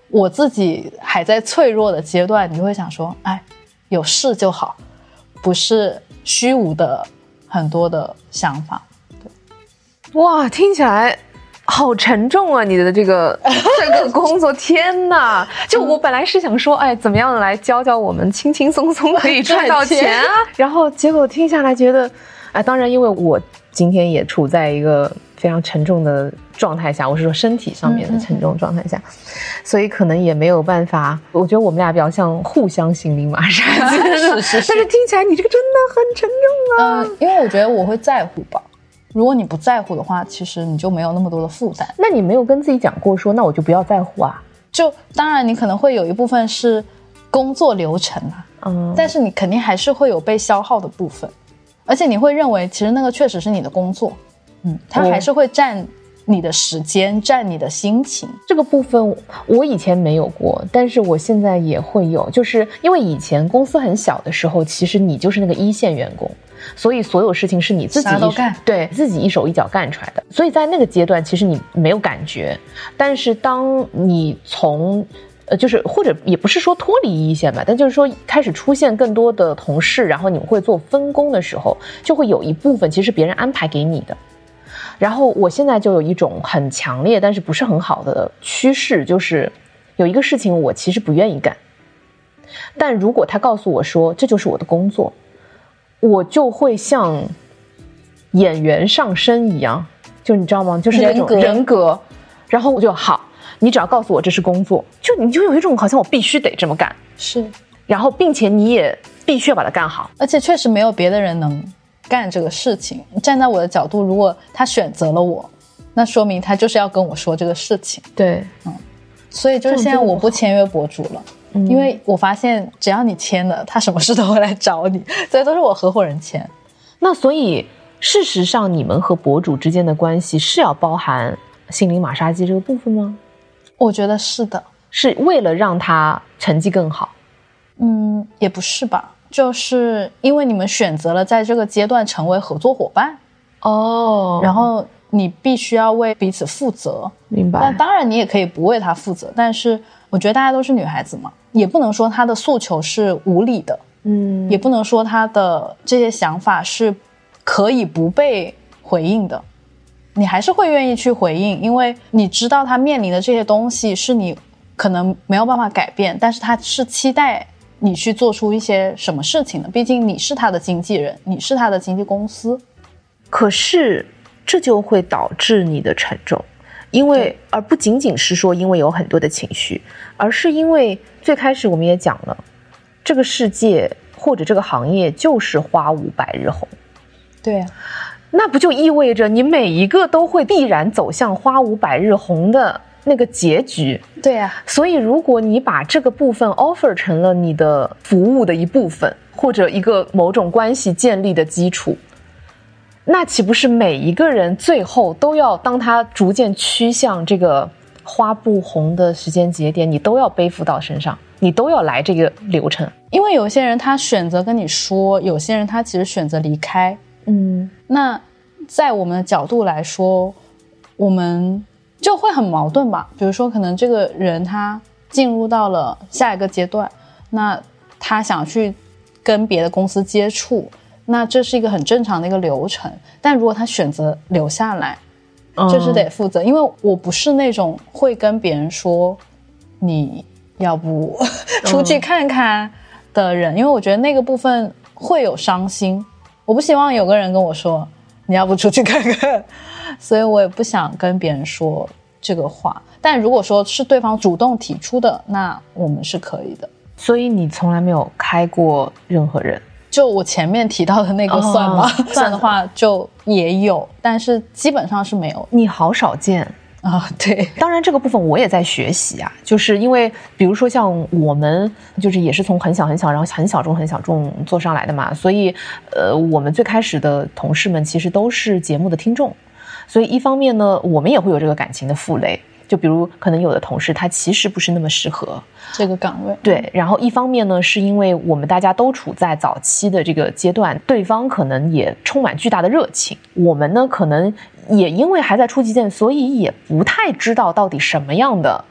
我自己还在脆弱的阶段，你就会想说，哎，有事就好，不是虚无的很多的想法。 对，哇，听起来好沉重啊！你的这个工作，天哪！就我本来是想说，哎，怎么样来教教我们轻轻松松可以赚到钱啊？然后结果听下来觉得，哎，当然，因为我今天也处在一个非常沉重的状态下，我是说身体上面的沉重状态下，所以可能也没有办法。我觉得我们俩比较像互相心灵马杀鸡，但是听起来你这个真的很沉重啊。 因为我觉得我会在乎吧。如果你不在乎的话，其实你就没有那么多的负担。 那你没有跟自己讲过说，那我就不要在乎啊？ 就当然你可能会有一部分是工作流程啊，但是你肯定还是会有被消耗的部分，而且你会认为其实那个确实是你的工作，它还是会占你的时间，占你的心情。 这个部分我以前没有过，但是我现在也会有，就是因为以前公司很小的时候，其实你就是那个一线员工，所以所有事情是你自己啥都干， 对，自己一手一脚干出来的。所以在那个阶段，其实你没有感觉。但是当你从就是或者也不是说脱离一线吧，但就是说开始出现更多的同事，然后你们会做分工的时候，就会有一部分其实别人安排给你的。然后我现在就有一种很强烈但是不是很好的趋势，就是有一个事情我其实不愿意干，但如果他告诉我说这就是我的工作，我就会像演员上身一样，就你知道吗？就是那种人格，然后我就好，你只要告诉我这是工作，就你就有一种好像我必须得这么干， 是， 然后并且你也必须要把它干好， 而且确实没有别的人能干这个事情。站在我的角度，如果他选择了我，那说明他就是要跟我说这个事情。 对， 所以就是现在我不签约博主了，因为我发现只要你签了，他什么事都会来找你，所以都是我合伙人签。 那所以事实上你们和博主之间的关系是要包含心灵马杀鸡这个部分吗？ 我觉得是的。 是为了让他成绩更好？ 也不是吧，就是因为你们选择了在这个阶段成为合作伙伴然后你必须要为彼此负责。 明白。 但当然你也可以不为他负责，但是我觉得大家都是女孩子嘛，也不能说她的诉求是无理的，也不能说她的这些想法是可以不被回应的，你还是会愿意去回应，因为你知道她面临的这些东西是你可能没有办法改变，但是她是期待你去做出一些什么事情的，毕竟你是他的经纪人，你是他的经纪公司。 可是这就会导致你的沉重，因为而不仅仅是说因为有很多的情绪，而是因为最开始我们也讲了，这个世界或者这个行业就是花无百日红。 对啊， 那不就意味着你每一个都会必然走向花无百日红的那个结局？ 对啊， 所以如果你把这个部分 offer 成了你的服务的一部分，或者一个某种关系建立的基础，那岂不是每一个人最后都要，当他逐渐趋向这个花不红的时间节点，你都要背负到身上，你都要来这个流程。 因为有些人他选择跟你说，有些人他其实选择离开。那在我们的角度来说，我们就会很矛盾吧。比如说可能这个人他进入到了下一个阶段，那他想去跟别的公司接触，那这是一个很正常的一个流程。但如果他选择留下来，就是得负责。因为我不是那种会跟别人说你要不出去看看的人，因为我觉得那个部分会有伤心，我不希望有个人跟我说你要不出去看看，所以我也不想跟别人说这个话。但如果说是对方主动提出的，那我们是可以的。 所以你从来没有开过任何人？ 就我前面提到的那个算吗？算的话就也有，但是基本上是没有。 你好少见啊，对， 当然这个部分我也在学习啊，就是因为比如说像我们就是也是从很小很小然后很小众做上来的嘛，所以我们最开始的同事们其实都是节目的听众，所以一方面呢我们也会有这个感情的负累，就比如可能有的同事他其实不是那么适合这个岗位， 对，然后一方面呢是因为我们大家都处在早期的这个阶段，对方可能也充满巨大的热情，我们呢可能也因为还在初级阶段，所以也不太知道到底什么样的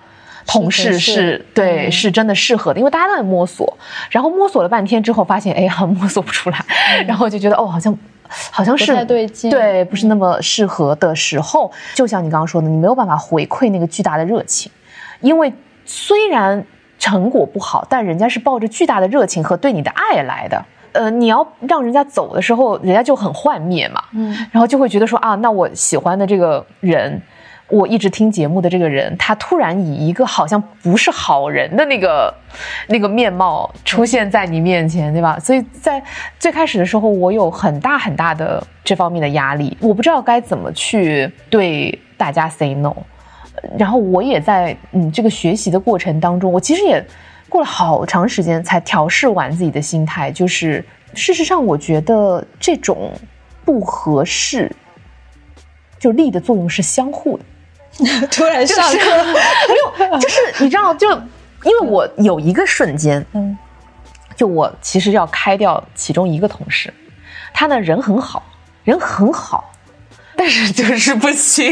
同事是对，是真的适合的，因为大家都在摸索，然后摸索了半天之后发现，哎，摸索不出来，然后就觉得好像是不太对劲， 对，不是那么适合的时候，就像你刚刚说的，你没有办法回馈那个巨大的热情，因为虽然成果不好，但人家是抱着巨大的热情和对你的爱来的。你要让人家走的时候，人家就很幻灭嘛，然后就会觉得说那我喜欢的这个人，我一直听节目的这个人，他突然以一个好像不是好人的那个面貌出现在你面前，对吧？所以在最开始的时候，我有很大很大的这方面的压力，我不知道该怎么去对大家 say no。然后我也在这个学习的过程当中，我其实也过了好长时间才调试完自己的心态，就是事实上我觉得这种不合适就力的作用是相互的。 突然上课、 没有，就是你知道，就因为我有一个瞬间就我其实要开掉其中一个同事，他呢人很好，但是就是不行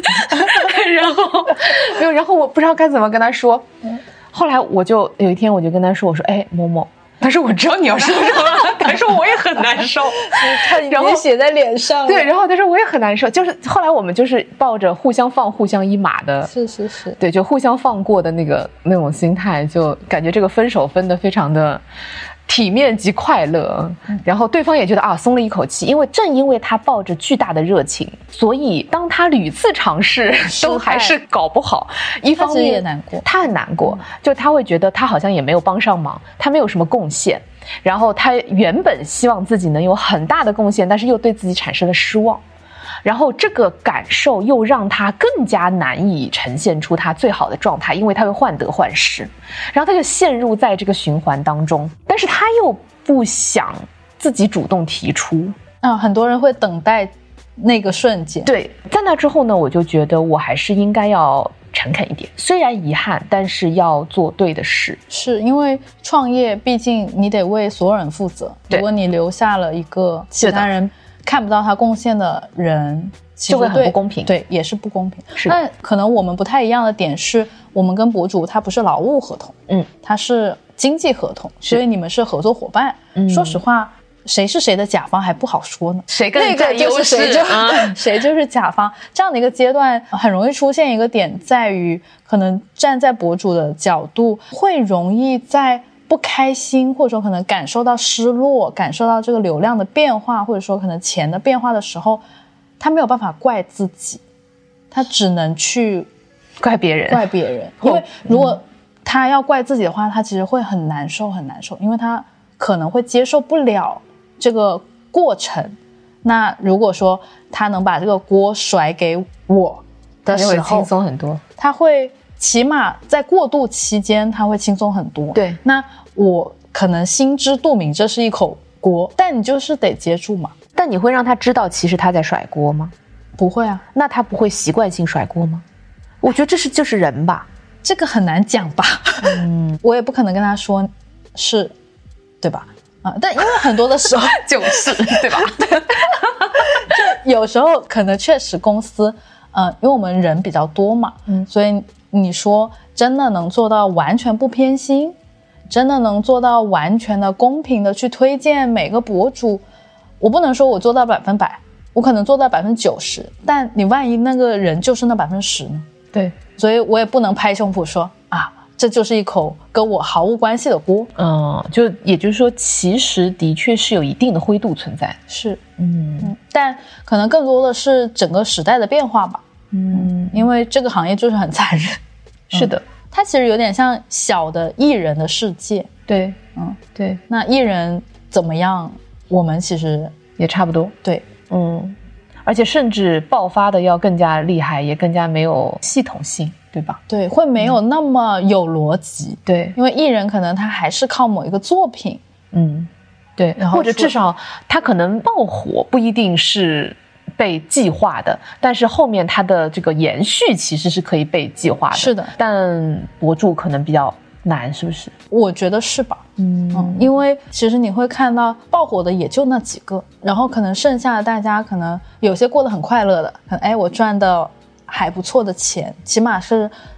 然后我不知道该怎么跟他说，后来我就有一天我就跟他说，我说某某，他说我知道你要说什么，他说我也很难受， 然后写在脸上， 对，然后他说我也很难受，就是后来我们就是抱着互相放互相一马的， 是， 对，就互相放过的那种心态，就感觉这个分手分得非常的体面及快乐，然后对方也觉得松了一口气，因为正因为他抱着巨大的热情，所以当他屡次尝试都还是搞不好，一方面也难过， 他很难过，就他会觉得他好像也没有帮上忙，他没有什么贡献，然后他原本希望自己能有很大的贡献，但是又对自己产生了失望，然后这个感受又让他更加难以呈现出他最好的状态，因为他会患得患失，然后他就陷入在这个循环当中，但是他又不想自己主动提出很多人会等待那个瞬间。 对，在那之后呢，我就觉得我还是应该要诚恳一点，虽然遗憾，但是要做对的事。 是因为创业毕竟你得为所有人负责，如果你留下了一个其他人看不到他贡献的人， 就会很不公平。 对，也是不公平。 是， 但可能我们不太一样的点是，我们跟博主他不是劳务合同，他是经济合同，所以你们是合作伙伴。说实话，谁是谁的甲方还不好说呢， 谁更那个就是谁就是甲方。这样的一个阶段很容易出现一个点，在于可能站在博主的角度，会容易在不开心，或者说可能感受到失落，感受到这个流量的变化，或者说可能钱的变化的时候，他没有办法怪自己，他只能去怪别人。 因为如果他要怪自己的话，他其实会很难受，因为他可能会接受不了这个过程。那如果说他能把这个锅甩给我的时候， 他就会轻松很多， 他会起码在过渡期间他会轻松很多。 对， 那我可能心知肚明这是一口锅，但你就是得接住嘛。 但你会让他知道其实他在甩锅吗？ 不会啊。 那他不会习惯性甩锅吗？我觉得这就是人吧， 这个很难讲吧。我也不可能跟他说是对吧但因为很多的时候就是对吧就有时候可能确实公司因为我们人比较多嘛，所以你说真的能做到完全不偏心，真的能做到完全的公平的去推荐每个博主，我不能说我做到100%，我可能做到90%，但你万一那个人就是那10%呢？ 对， 所以我也不能拍胸脯说这就是一口跟我毫无关系的锅。 就也就是说其实的确是有一定的灰度存在。 是但可能更多的是整个时代的变化吧。因为这个行业就是很残忍。 是的， 它其实有点像小的艺人的世界。 对，对， 那艺人怎么样，我们其实也差不多。 对， 而且甚至爆发的要更加厉害，也更加没有系统性，对吧？ 对，会没有那么有逻辑。 对， 因为艺人可能他还是靠某一个作品， 对，或者至少他可能爆火不一定是被计划的，但是后面他的这个延续其实是可以被计划的。 是的， 但博主可能比较难，是不是？ 我觉得是吧。因为其实你会看到爆火的也就那几个，然后可能剩下的大家可能有些过得很快乐的，可能我赚的还不错的钱，起码是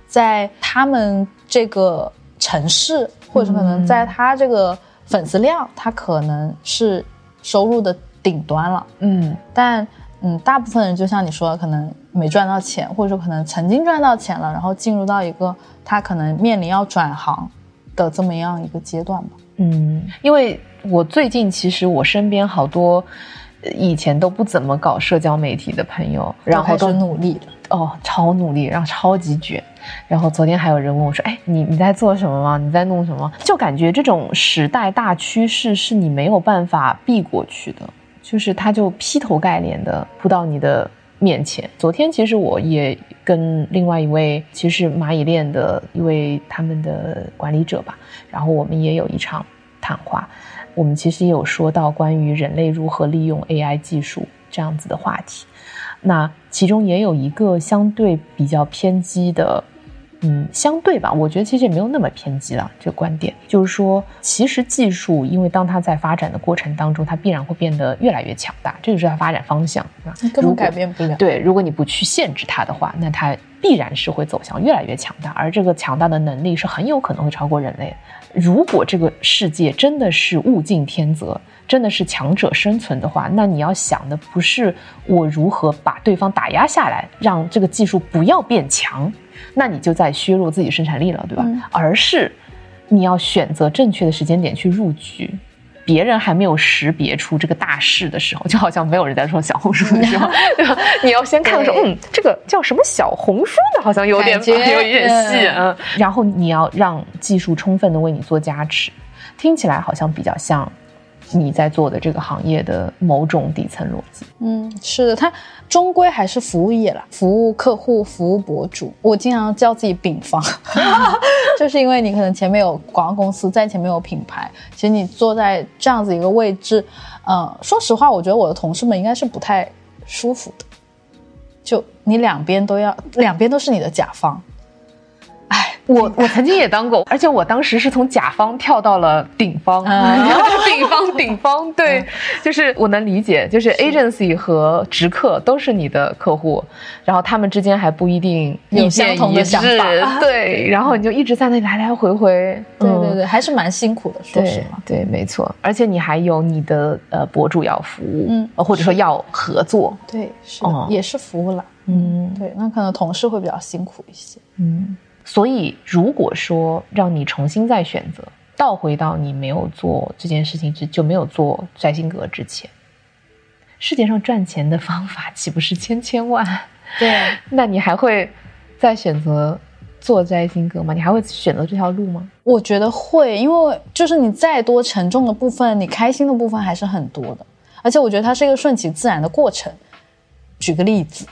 在他们这个城市，或者可能在他这个粉丝量，他可能是收入的顶端了。但大部分人就像你说的，可能没赚到钱，或者说可能曾经赚到钱了，然后进入到一个他可能面临要转行的这么样一个阶段吧。 因为我最近其实我身边好多以前都不怎么搞社交媒体的朋友，然后都开始努力了， 超努力，然后超级卷。然后昨天还有人问我说，你在做什么吗？你在弄什么？就感觉这种时代大趋势是你没有办法避过去的，就是它就劈头盖脸的扑到你的面前。昨天其实我也跟另外一位其实蚂蚁链的一位他们的管理者吧，然后我们也有一场谈话，我们其实也有说到关于人类如何利用 AI 技术这样子的话题。那其中也有一个相对比较偏激的相对吧，我觉得其实也没有那么偏激了。这个观点就是说，其实技术因为当它在发展的过程当中，它必然会变得越来越强大，这就是它发展方向， 你根本改变不了。 对，如果你不去限制它的话，那它必然是会走向越来越强大，而这个强大的能力是很有可能会超过人类。如果这个世界真的是物竞天择，真的是强者生存的话，那你要想的不是我如何把对方打压下来，让这个技术不要变强，那你就在削弱自己生产力了，对吧？而是你要选择正确的时间点去入局，别人还没有识别出这个大势的时候，就好像没有人在说小红书的时候，对吧？你要先看说，这个叫什么小红书的，好像有点细然后你要让技术充分的为你做加持，听起来好像比较像你在做的这个行业的某种底层逻辑。 是的，它终归还是服务业啦，服务客户，服务博主。我经常叫自己丙方就是因为你可能前面有广告公司，在前面有品牌，其实你坐在这样子一个位置，说实话我觉得我的同事们应该是不太舒服的，就你两边都是你的甲方。 我曾经也当过，而且我当时是从甲方跳到了顶方，顶方，对，就是我能理解，就是 agency 和直客都是你的客户，然后他们之间还不一定有相同的想法， 对，然后你就一直在那里来来回回， 对，还是蛮辛苦的，说实话， 对，没错，而且你还有你的博主要服务，或者说要合作， 对，是的，也是服务啦，对，那可能同事会比较辛苦一些， 所以如果说让你重新再选择，倒回到你没有做这件事情就没有做摘星阁之前，世界上赚钱的方法岂不是千万？ 对， 那你还会再选择做摘星阁吗？你还会选择这条路吗？ 我觉得会，因为就是你再多沉重的部分，你开心的部分还是很多的，而且我觉得它是一个顺其自然的过程。举个例子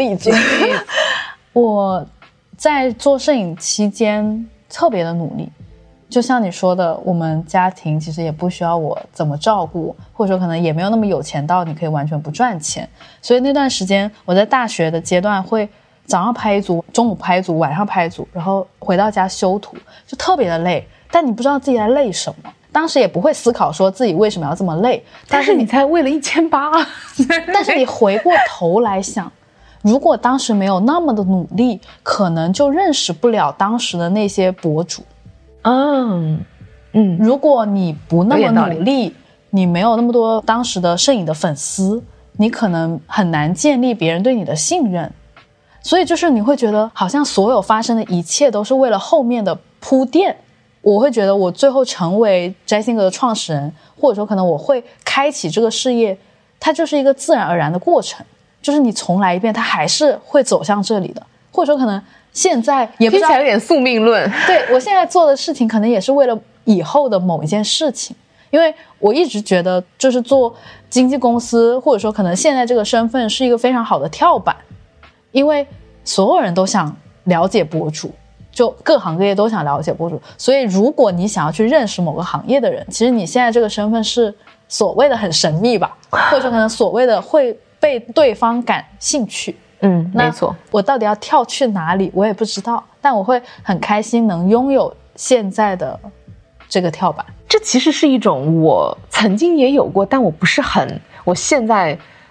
我在做摄影期间特别的努力，就像你说的，我们家庭其实也不需要我怎么照顾，或者说可能也没有那么有钱到你可以完全不赚钱，所以那段时间我在大学的阶段会早上拍一组，中午拍一组，晚上拍一组，然后回到家修图，就特别的累，但你不知道自己在累什么，当时也不会思考说自己为什么要这么累， 但是你才为了1800， 但是你回过头来想，如果当时没有那么的努力，可能就认识不了当时的那些博主。如果你不那么努力，你没有那么多当时的摄影的粉丝，你可能很难建立别人对你的信任。所以就是你会觉得好像所有发生的一切都是为了后面的铺垫。我会觉得我最后成为摘星阁的创始人，或者说可能我会开启这个事业，它就是一个自然而然的过程，就是你重来一遍，它还是会走向这里的。或者说可能现在也不知道，听起来有点宿命论。 对，我现在做的事情可能也是为了以后的某一件事情，因为我一直觉得就是做经纪公司，或者说可能现在这个身份是一个非常好的跳板，因为所有人都想了解博主，就各行各业都想了解博主，所以如果你想要去认识某个行业的人，其实你现在这个身份是所谓的很神秘吧，或者说可能所谓的会被对方感兴趣。 没错， 我到底要跳去哪里我也不知道，但我会很开心能拥有现在的这个跳板。 这其实是一种我曾经也有过，但我不是很，我现在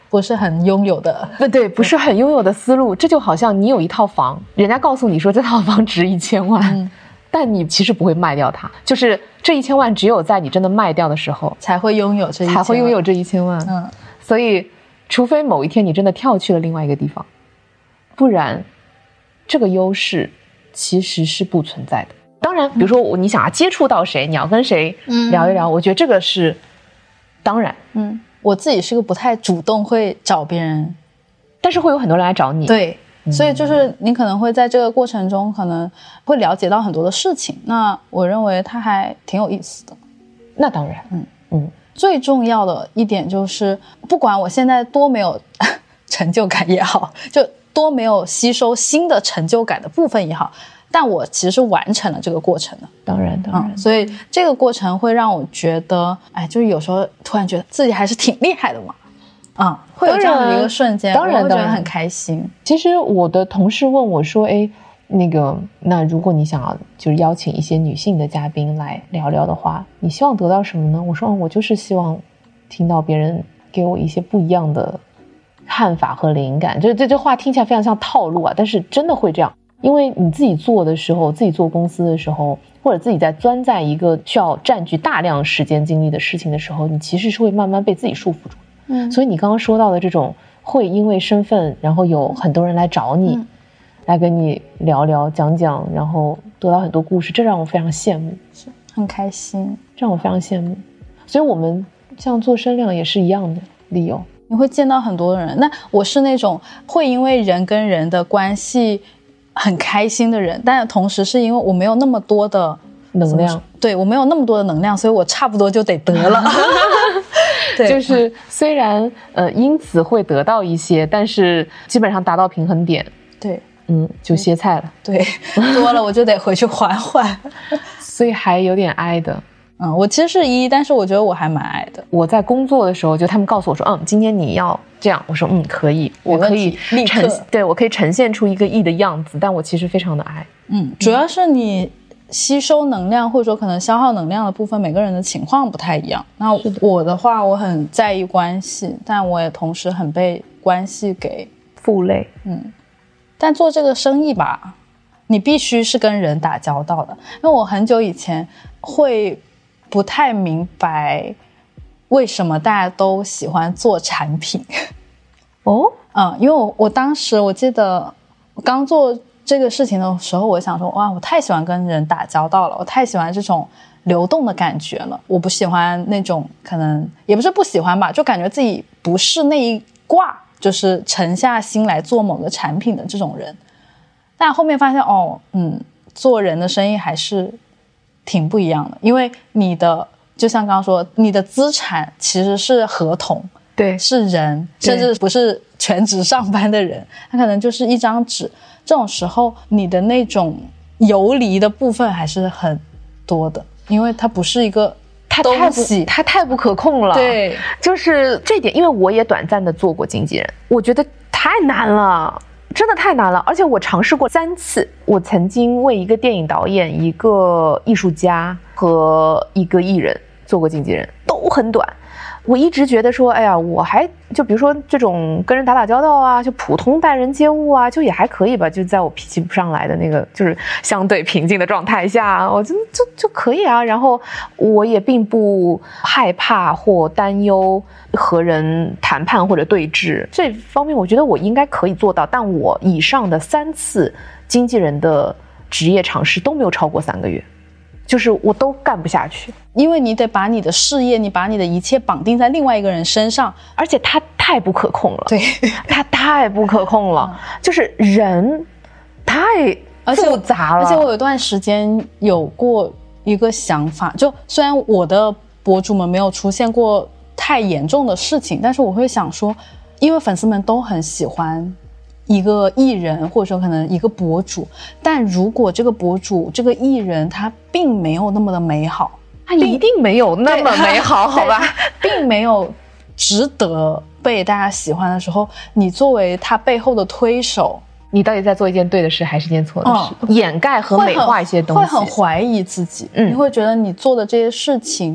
不是很拥有的， 对，不是很拥有的思路。这就好像你有一套房，人家告诉你说这套房值1000万，但你其实不会卖掉它，就是这1000万只有在你真的卖掉的时候才会拥有这 1000万。所以除非某一天你真的跳去了另外一个地方，不然这个优势其实是不存在的。当然比如说你想要接触到谁，你要跟谁聊一聊，我觉得这个是当然。 我自己是个不太主动会找别人， 但是会有很多人来找你。 对，所以就是你可能会在这个过程中可能会了解到很多的事情，那我认为它还挺有意思的。 那当然。 最重要的一点就是不管我现在多没有成就感也好，就多没有吸收新的成就感的部分也好，但我其实是完成了这个过程的。 当然所以这个过程会让我觉得就是有时候突然觉得自己还是挺厉害的嘛。会有这样的一个瞬间， 当然我会觉得很开心。 其实我的同事问我说那如果你想要就是邀请一些女性的嘉宾来聊聊的话，你希望得到什么呢？我说我就是希望听到别人给我一些不一样的看法和灵感。这话听起来非常像套路啊，但是真的会这样。因为你自己做的时候，自己做公司的时候，或者自己在钻在一个需要占据大量时间精力的事情的时候，你其实是会慢慢被自己束缚住的。所以你刚刚说到的这种会因为身份然后有很多人来找你，来跟你聊聊讲讲，然后得到很多故事，这让我非常羡慕， 是很开心， 让我非常羡慕。所以我们像做声量也是一样的理由， 你会见到很多人。那我是那种会因为人跟人的关系很开心的人，但同时是因为我没有那么多的能量， 对，我没有那么多的能量，所以我差不多就得得了。对， 就是虽然因此会得到一些，但是基本上达到平衡点， 对， 就歇菜了。 对，多了我就得回去缓缓。 所以还有点哀的。 我其实是E，但是我觉得我还蛮爱的。 我在工作的时候，就他们告诉我说，今天你要这样，我说可以，我可以我可以呈现出一个E的样子，但我其实非常的爱。 主要是你吸收能量或者说可能消耗能量的部分，每个人的情况不太一样。那我的话，我很在意关系，但我也同时很被关系给负累。 但做这个生意吧，你必须是跟人打交道的。因为我很久以前会不太明白为什么大家都喜欢做产品。因为我当时我记得刚做这个事情的时候，我想说哇，我太喜欢跟人打交道了，我太喜欢这种流动的感觉了。我不喜欢那种，可能也不是不喜欢吧，就感觉自己不是那一挂，就是沉下心来做某个产品的这种人。但后面发现做人的生意还是挺不一样的，因为你的就像刚刚说，你的资产其实是合同， 对， 是人，甚至不是全职上班的人，他可能就是一张纸。这种时候你的那种游离的部分还是很多的，因为它不是一个东西， 它太不可控了。 对， 就是这点，因为我也短暂的做过经纪人，我觉得太难了，真的太难了。而且我尝试过3次，我曾经为一个电影导演、一个艺术家和一个艺人做过经纪人，都很短。我一直觉得说，哎呀，我还就比如说这种跟人打交道啊，就普通待人接物啊，就也还可以吧，就在我脾气不上来的那个就是相对平静的状态下，我就可以啊。然后我也并不害怕或担忧和人谈判或者对峙，这方面我觉得我应该可以做到。但我以上的3次经纪人的职业尝试都没有超过3个月。就是我都干不下去， 因为你得把你的事业，你把你的一切绑定在另外一个人身上， 而且他太不可控了。 对， 他太不可控了，就是人太复杂了。 而且我有一段时间有过一个想法，就虽然我的博主们没有出现过太严重的事情，但是我会想说，因为粉丝们都很喜欢一个艺人或者说可能一个博主，但如果这个博主这个艺人他并没有那么的美好， 他一定没有那么美好，好吧， 并没有值得被大家喜欢的时候，你作为他背后的推手， 你到底在做一件对的事还是一件错的事？掩盖和美化一些东西， 会很怀疑自己。你会觉得你做的这些事情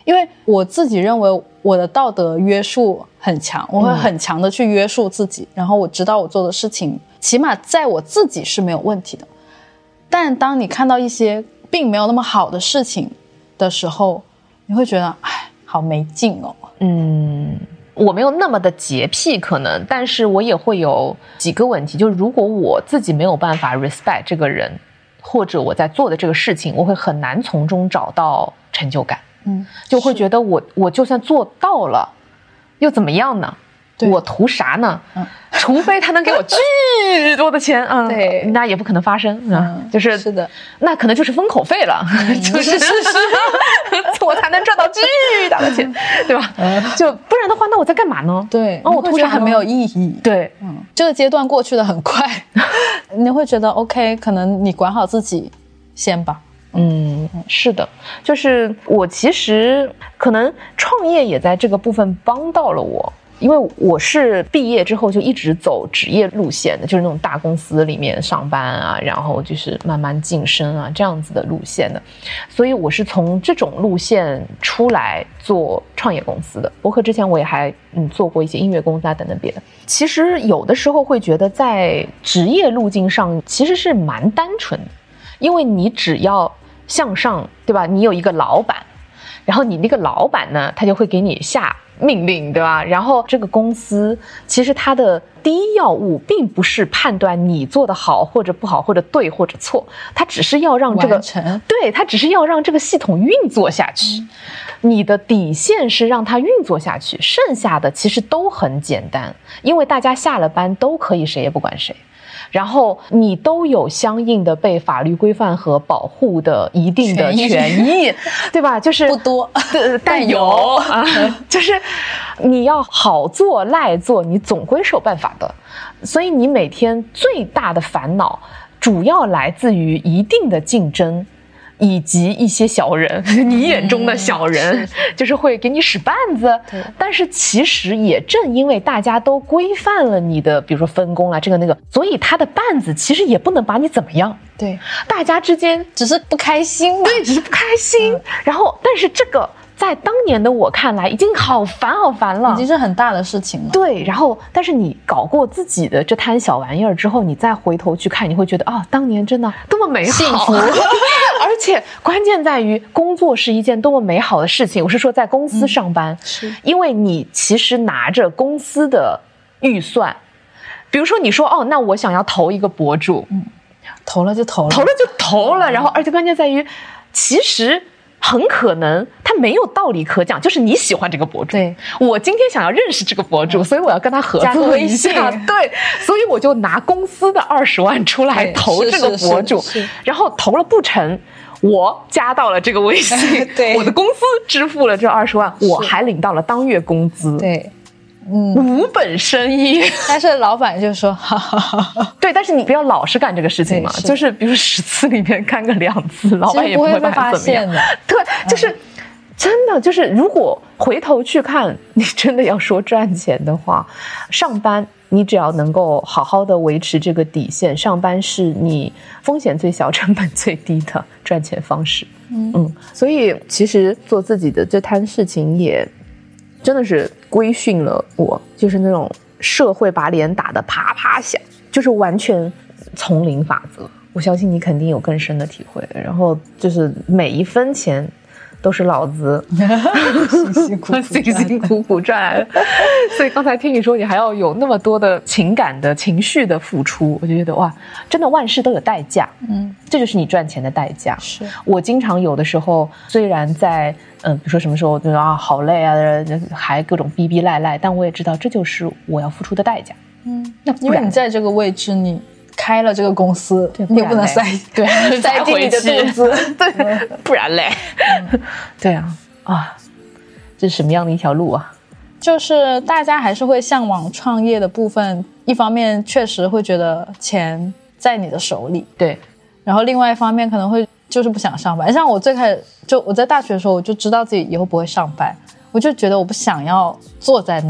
因为我自己认为我的道德约束很强，我会很强的去约束自己，然后我知道我做的事情起码在我自己是没有问题的。但当你看到一些并没有那么好的事情的时候，你会觉得哎，好没劲哦。 我没有那么的洁癖可能，但是我也会有几个问题，就是如果我自己没有办法 respect 这个人，或者我在做的这个事情，我会很难从中找到成就感。就会觉得我就算做到了又怎么样呢？我图啥呢？除非他能给我巨多的钱啊， 对， 那也不可能发生啊。是的，那可能就是封口费了，就是我才能赚到巨大的钱，对吧？就不然的话，那我在干嘛呢？ 对， 我图啥很没有意义。 对， 这个阶段过去的很快，你会觉得 OK， 可能你管好自己先吧。 是的，就是我其实可能创业也在这个部分帮到了我。因为我是毕业之后就一直走职业路线的，就是那种大公司里面上班啊，然后就是慢慢晋升啊这样子的路线的，所以我是从这种路线出来做创业公司的。博客之前我也还做过一些音乐公司啊等等别的。其实有的时候会觉得在职业路径上其实是蛮单纯的，因为你只要向上，对吧？你有一个老板，然后你那个老板呢，他就会给你下命令，对吧？然后这个公司其实它的第一要务并不是判断你做得好或者不好，或者对或者错，它只是要让这个对，它只是要让这个系统运作下去。你的底线是让它运作下去，剩下的其实都很简单，因为大家下了班都可以谁也不管谁。然后你都有相应的被法律规范和保护的一定的权益，对吧？就是不多， 但有啊，就是你要好做赖做，你总归是有办法的。所以你每天最大的烦恼，主要来自于一定的竞争。以及一些小人，你眼中的小人，就是会给你使绊子。但是其实也正因为大家都规范了你的，比如说分工啊，这个那个，所以他的绊子其实也不能把你怎么样。 对， 大家之间只是不开心。 对，只是不开心。然后，但是这个在当年的我看来，已经好烦了， 已经是很大的事情了。 对，然后，但是你搞过自己的这摊小玩意儿之后，你再回头去看，你会觉得当年真的多么美好， 幸福。 而且关键在于，工作是一件多么美好的事情。我是说，在公司上班，因为你其实拿着公司的预算，比如说你说那我想要投一个博主， 投了就投了，然后而且关键在于，其实很可能他没有道理可讲，就是你喜欢这个博主， 对， 我今天想要认识这个博主，所以我要跟他合作一下，对，所以我就拿公司的20万出来投这个博主，然后投了不成，我加到了这个微信，对，我的公司支付了这20万，我还领到了当月工资， 对。 无本生意， 但是老板就说哈哈哈。 对，但是你不要老是干这个事情嘛，就是比如10次里面干个2次，老板也不会把它怎么样的。对，就是真的就是，如果回头去看，你真的要说赚钱的话，上班你只要能够好好的维持这个底线，上班是你风险最小、成本最低的赚钱方式。所以其实做自己的这摊事情也真的是规训了我，就是那种社会把脸打得啪啪响，就是完全从零法则。我相信你肯定有更深的体会，然后就是每一分钱都是老子辛辛苦苦赚来的。所以刚才听你说你还要有那么多的情感的情绪的付出，我就觉得哇，真的万事都有代价。这就是你赚钱的代价。 是我经常有的时候虽然在比如说什么时候就好累啊，还各种逼逼赖赖，但我也知道这就是我要付出的代价。 那因为你在这个位置，你开了这个公司，你也不能塞进你的肚子， 对，不然嘞，对啊，这是什么样的一条路啊？ 就是大家还是会向往创业的部分，一方面确实会觉得钱在你的手里， 对， 然后另外一方面可能会就是不想上班。像我最开始就我在大学的时候，我就知道自己以后不会上班，我就觉得我不想要坐在那里，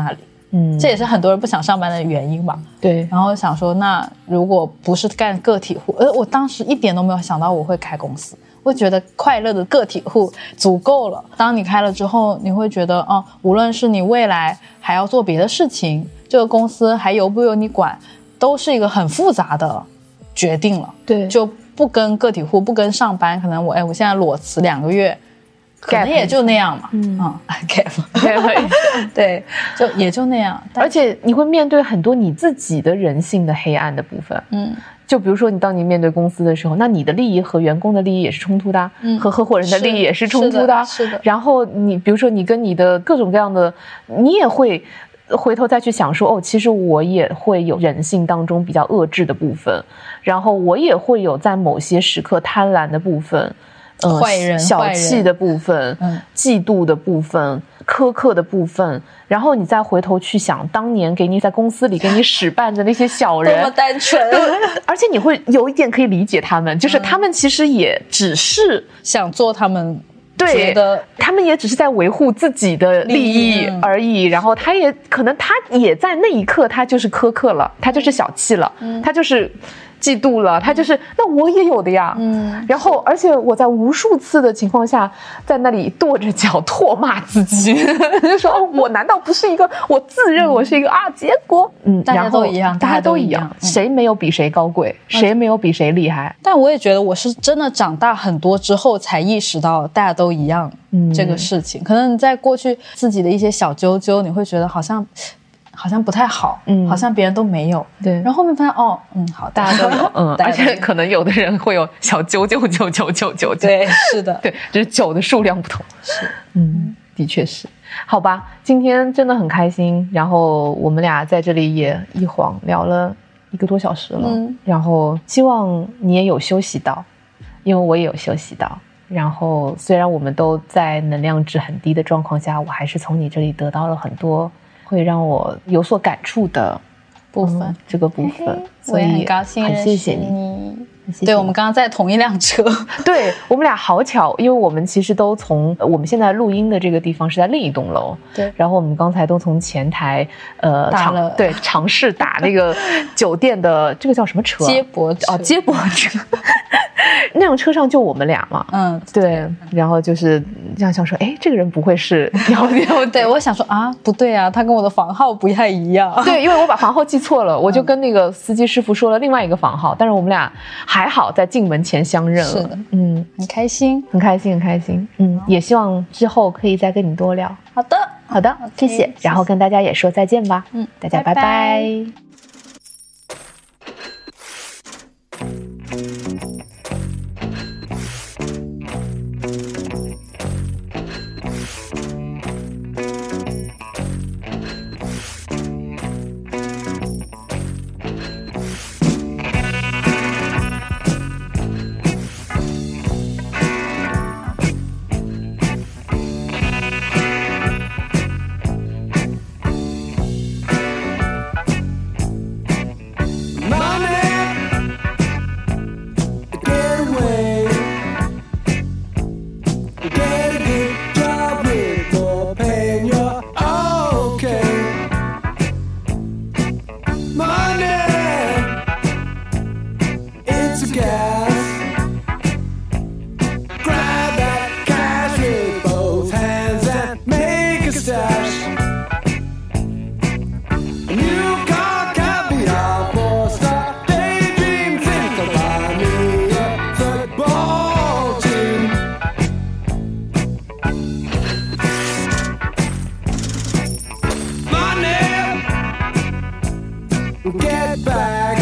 这也是很多人不想上班的原因吧。 对， 然后想说，那如果不是干个体户，我当时一点都没有想到我会开公司，我觉得快乐的个体户足够了。当你开了之后，你会觉得无论是你未来还要做别的事情，这个公司还由不由你管，都是一个很复杂的决定了。 对， 就不跟个体户，不跟上班，可能我现在裸辞2个月，可能也就那样嘛。gap 对，就也就那样。 而且你会面对很多你自己的人性的黑暗的部分。就比如说当你面对公司的时候，那你的利益和员工的利益也是冲突的，和合伙人的利益也是冲突的。 是的。 然后你比如说你跟你的各种各样的，你也会回头再去想说，其实我也会有人性当中比较恶质的部分，然后我也会有在某些时刻贪婪的部分， 坏人小气的部分，嫉妒的部分，苛刻的部分，然后你再回头去想当年给你在公司里给你使绊的那些小人， 多么单纯。 而且你会有一点可以理解他们，就是他们其实也只是想做他们对的，他们也只是在维护自己的利益而已。然后他也可能他也在那一刻他就是苛刻了，他就是小气了，他就是嫉妒了，他就是那我也有的呀。然后而且我在无数次的情况下在那里跺着脚唾骂自己就说我难道不是一个，我自认我是一个结果大家都一样， 大家都一样，谁没有比谁高贵，谁没有比谁厉害。 但我也觉得我是真的长大很多之后才意识到大家都一样这个事情。可能你在过去自己的一些小揪揪，你会觉得好像不太好，好像别人都没有。 对， 然后后面发现好，大家都有， 而且可能有的人会有小9 9 9 9 9 9。 对，是的， 对，只是9的数量不同。 是， 的确是。好吧，今天真的很开心，然后我们俩在这里也一晃聊了1个多小时了，然后希望你也有休息到，因为我也有休息到。然后虽然我们都在能量值很低的状况下，我还是从你这里得到了很多会让我有所感触的部分， 这个部分， 我也很高兴， 很谢谢你。 对，我们刚刚在同一辆车， 对，我们俩好巧，因为我们其实都从我们现在录音的这个地方是在另一栋楼， 对， 然后我们刚才都从前台尝试打那个酒店的这个叫什么车？ 接驳车。 接驳车。那辆车上就我们俩嘛，对，然后就是这样想说，这个人不会是对，我想说不对啊，他跟我的房号不太一样。 对，因为我把房号记错了，我就跟那个司机师傅说了另外一个房号，但是我们俩还好在进门前相认了。 是的，很开心， 很开心，很开心。也希望之后可以再跟你多聊。 好的， 好的，谢谢。然后跟大家也说再见吧。大家拜拜。Get back.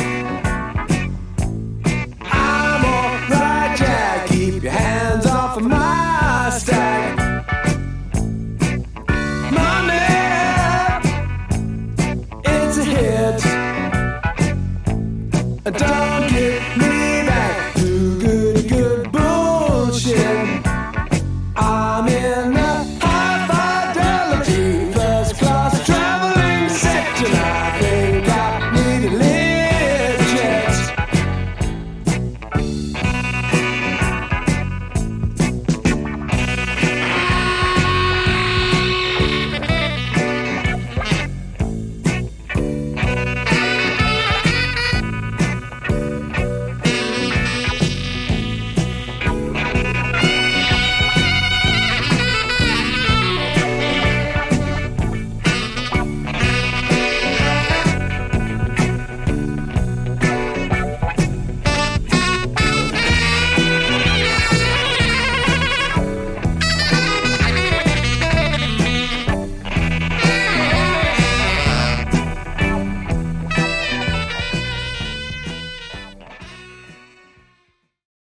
I'm alright, Jack. Keep your hands off of my stack. Money, it's a hit. Don't